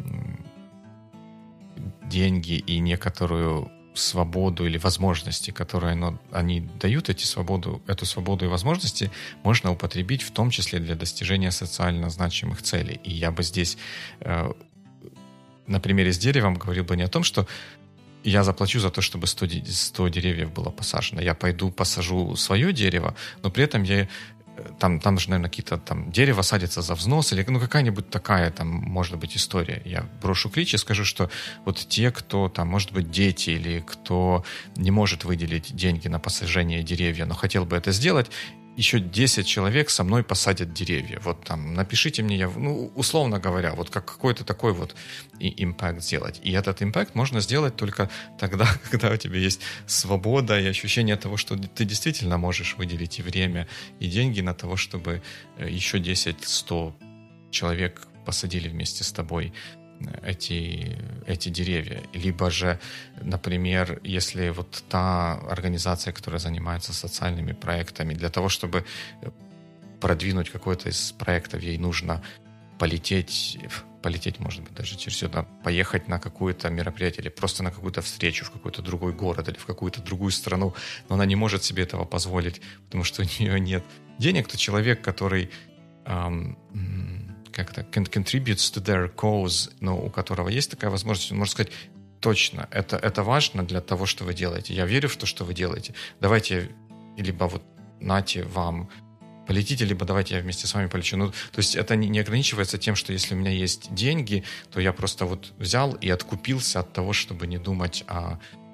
деньги и некоторую свободу или возможности, которые оно, они дают, эти свободу, эту свободу и возможности можно употребить в том числе для достижения социально значимых целей. И я бы здесь э, на примере с деревом говорил бы не о том, что я заплачу за то, чтобы сто, сто деревьев было посажено. Я пойду посажу свое дерево, но при этом я Там, там же, наверное, какие-то там дерево садится за взнос или ну, какая-нибудь такая там, может быть, история. Я брошу клич и скажу, что вот те, кто там, может быть, дети или кто не может выделить деньги на посажение деревьев, но хотел бы это сделать, еще десять человек со мной посадят деревья. Вот там напишите мне, я, ну, условно говоря, вот как какой-то такой вот импакт сделать. И этот импакт можно сделать только тогда, когда у тебя есть свобода и ощущение того, что ты действительно можешь выделить и время, и деньги на того, чтобы еще десять-сто человек посадили вместе с тобой эти, эти деревья. Либо же, например, если вот та организация, которая занимается социальными проектами, для того, чтобы продвинуть какой-то из проектов, ей нужно полететь, полететь, может быть, даже через сюда, поехать на какое-то мероприятие или просто на какую-то встречу в какой-то другой город или в какую-то другую страну, но она не может себе этого позволить, потому что у нее нет денег, то человек, который эм, как-то contributes to their cause, но у которого есть такая возможность, он может сказать, точно, это, это важно для того, что вы делаете. Я верю в то, что вы делаете. Давайте, либо вот нате вам полетите, либо давайте я вместе с вами полечу. Ну, то есть это не, не ограничивается тем, что если у меня есть деньги, то я просто вот взял и откупился от того, чтобы не думать о,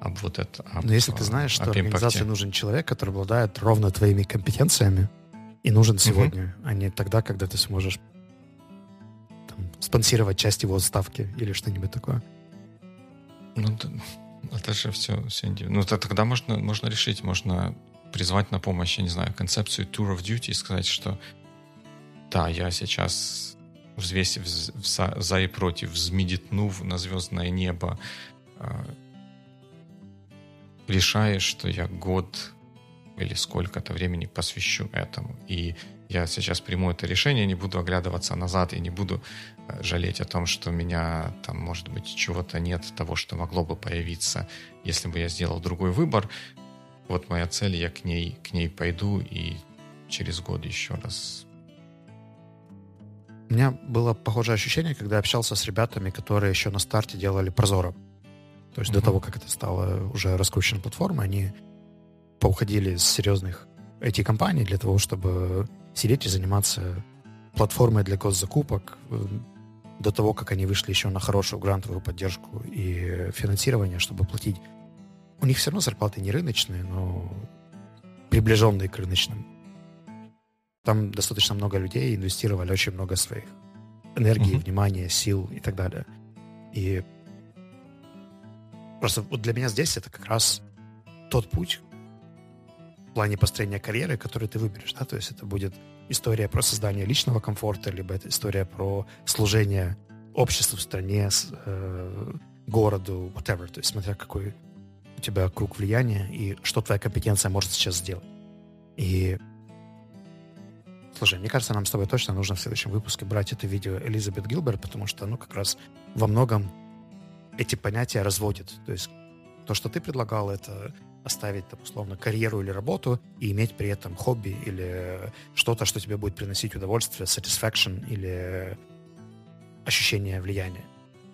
об вот это. Об, Но если ты знаешь, что организации импакте. нужен человек, который обладает ровно твоими компетенциями и нужен сегодня, uh-huh. а не тогда, когда ты сможешь там, спонсировать часть его ставки или что-нибудь такое. Ну, это же все, все индивидуально. Ну, тогда можно, можно решить, можно призвать на помощь, я не знаю, концепцию tour of duty и сказать, что да, я сейчас взвесив за, за и против, взмедитнув на звездное небо, решаешь, что я год или сколько-то времени посвящу этому. И я сейчас приму это решение, не буду оглядываться назад и не буду жалеть о том, что у меня там, может быть, чего-то нет того, что могло бы появиться, если бы я сделал другой выбор. Вот моя цель, я к ней, к ней пойду и через год еще раз. У меня было похожее ощущение, когда я общался с ребятами, которые еще на старте делали Прозоро. То есть uh-huh. до того, как это стало уже раскрученной платформой, они поуходили с серьезных ай ти-компаний для того, чтобы сидеть и заниматься платформой для госзакупок до того, как они вышли еще на хорошую грантовую поддержку и финансирование, чтобы платить. У них все равно зарплаты не рыночные, но приближенные к рыночным. Там достаточно много людей инвестировали очень много своих энергии, uh-huh. внимания, сил и так далее. И просто вот для меня здесь это как раз тот путь в плане построения карьеры, который ты выберешь. Да? То есть это будет история про создание личного комфорта, либо это история про служение обществу, стране, э, городу, whatever. То есть смотря какой у тебя круг влияния и что твоя компетенция может сейчас сделать. И слушай, мне кажется, нам с тобой точно нужно в следующем выпуске брать это видео Элизабет Гилберт, потому что оно как раз во многом эти понятия разводит. То есть то, что ты предлагал, это оставить, там, условно, карьеру или работу и иметь при этом хобби или что-то, что тебе будет приносить удовольствие, satisfaction или ощущение влияния.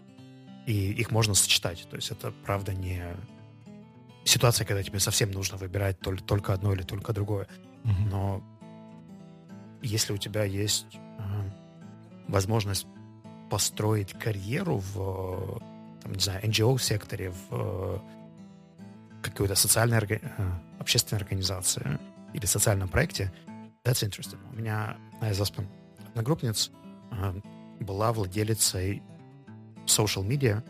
И их можно сочетать. То есть это, правда, не ситуация, когда тебе совсем нужно выбирать только одно или только другое. Mm-hmm. Но если у тебя есть э, возможность построить карьеру в, там, не знаю, эн джи о-секторе, в э, какой-то социальной, орга... э, общественной организации или социальном проекте, that's interesting. У меня одна из одногруппниц э, была владелицей social media,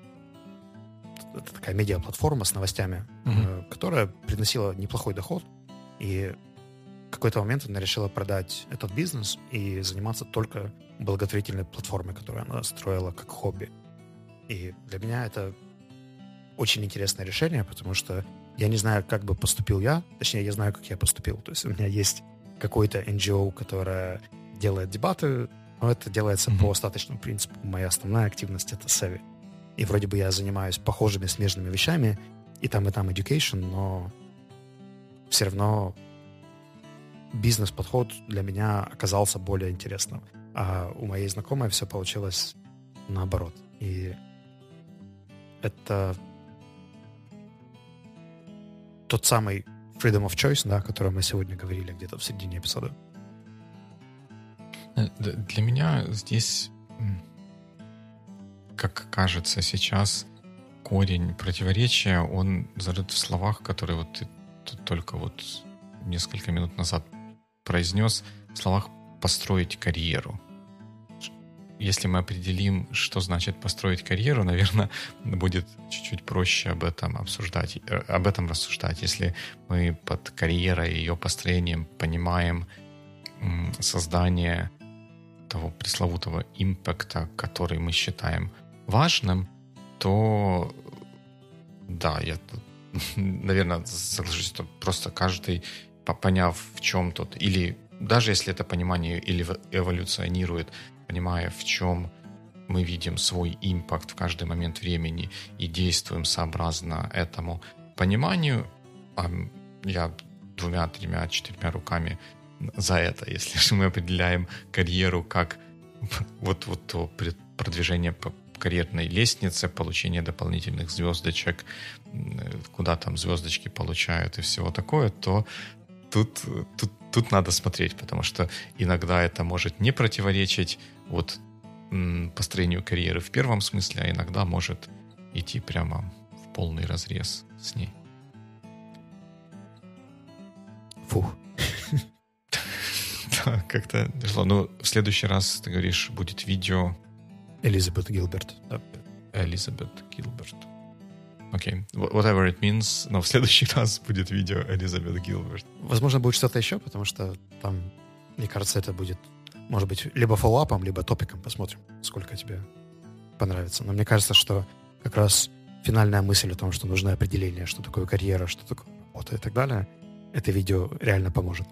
это такая медиаплатформа с новостями, mm-hmm. э, которая приносила неплохой доход, и в какой-то момент она решила продать этот бизнес и заниматься только благотворительной платформой, которую она строила как хобби. И для меня это очень интересное решение, потому что я не знаю, как бы поступил я, точнее, я знаю, как я поступил. То есть у меня есть какой-то эн джи о, которое делает дебаты, но это делается mm-hmm. по остаточному принципу. Моя основная активность — это Savvy. И вроде бы я занимаюсь похожими смежными вещами, и там, и там education, но все равно бизнес-подход для меня оказался более интересным. А у моей знакомой все получилось наоборот. И это тот самый freedom of choice, да, о котором мы сегодня говорили где-то в середине эпизода. Для меня здесь, как кажется сейчас, корень противоречия, он зарыт в словах, которые вот ты только вот несколько минут назад произнес, в словах «построить карьеру». Если мы определим, что значит построить карьеру, наверное, будет чуть-чуть проще об этом обсуждать, об этом рассуждать. Если мы под карьерой и ее построением понимаем создание того пресловутого импакта, который мы считаем важным, то да, я, наверное, соглашусь, что просто каждый, поняв, в чем тут, или даже если это понимание или эволюционирует, понимая, в чем мы видим свой импакт в каждый момент времени и действуем сообразно этому пониманию, а я двумя, тремя, четырьмя руками за это, если же мы определяем карьеру как вот, вот то продвижение по карьерной лестнице, получение дополнительных звездочек, куда там звездочки получают и всего такое, то тут, тут, тут надо смотреть, потому что иногда это может не противоречить вот построению карьеры в первом смысле, а иногда может идти прямо в полный разрез с ней. Фух. Да, как-то дошло. Ну, в следующий раз, ты говоришь, будет видео... Элизабет Гилберт. Элизабет Гилберт. Окей. Okay. Whatever it means. Но в следующий раз будет видео Элизабет Гилберт. Возможно, будет что-то еще, потому что там, мне кажется, это будет, может быть, либо фоллоуапом, либо топиком. Посмотрим, сколько тебе понравится. Но мне кажется, что как раз финальная мысль о том, что нужно определение, что такое карьера, что такое работа и так далее, это видео реально поможет.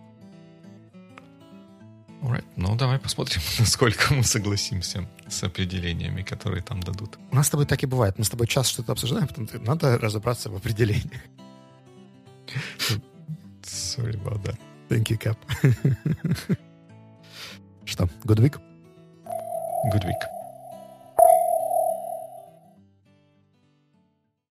Alright. Ну, давай посмотрим, насколько мы согласимся с определениями, которые там дадут. У нас с тобой так и бывает. Мы с тобой час что-то обсуждаем, потом надо разобраться в определениях. Sorry about that. Thank you, Cap. Что, good week?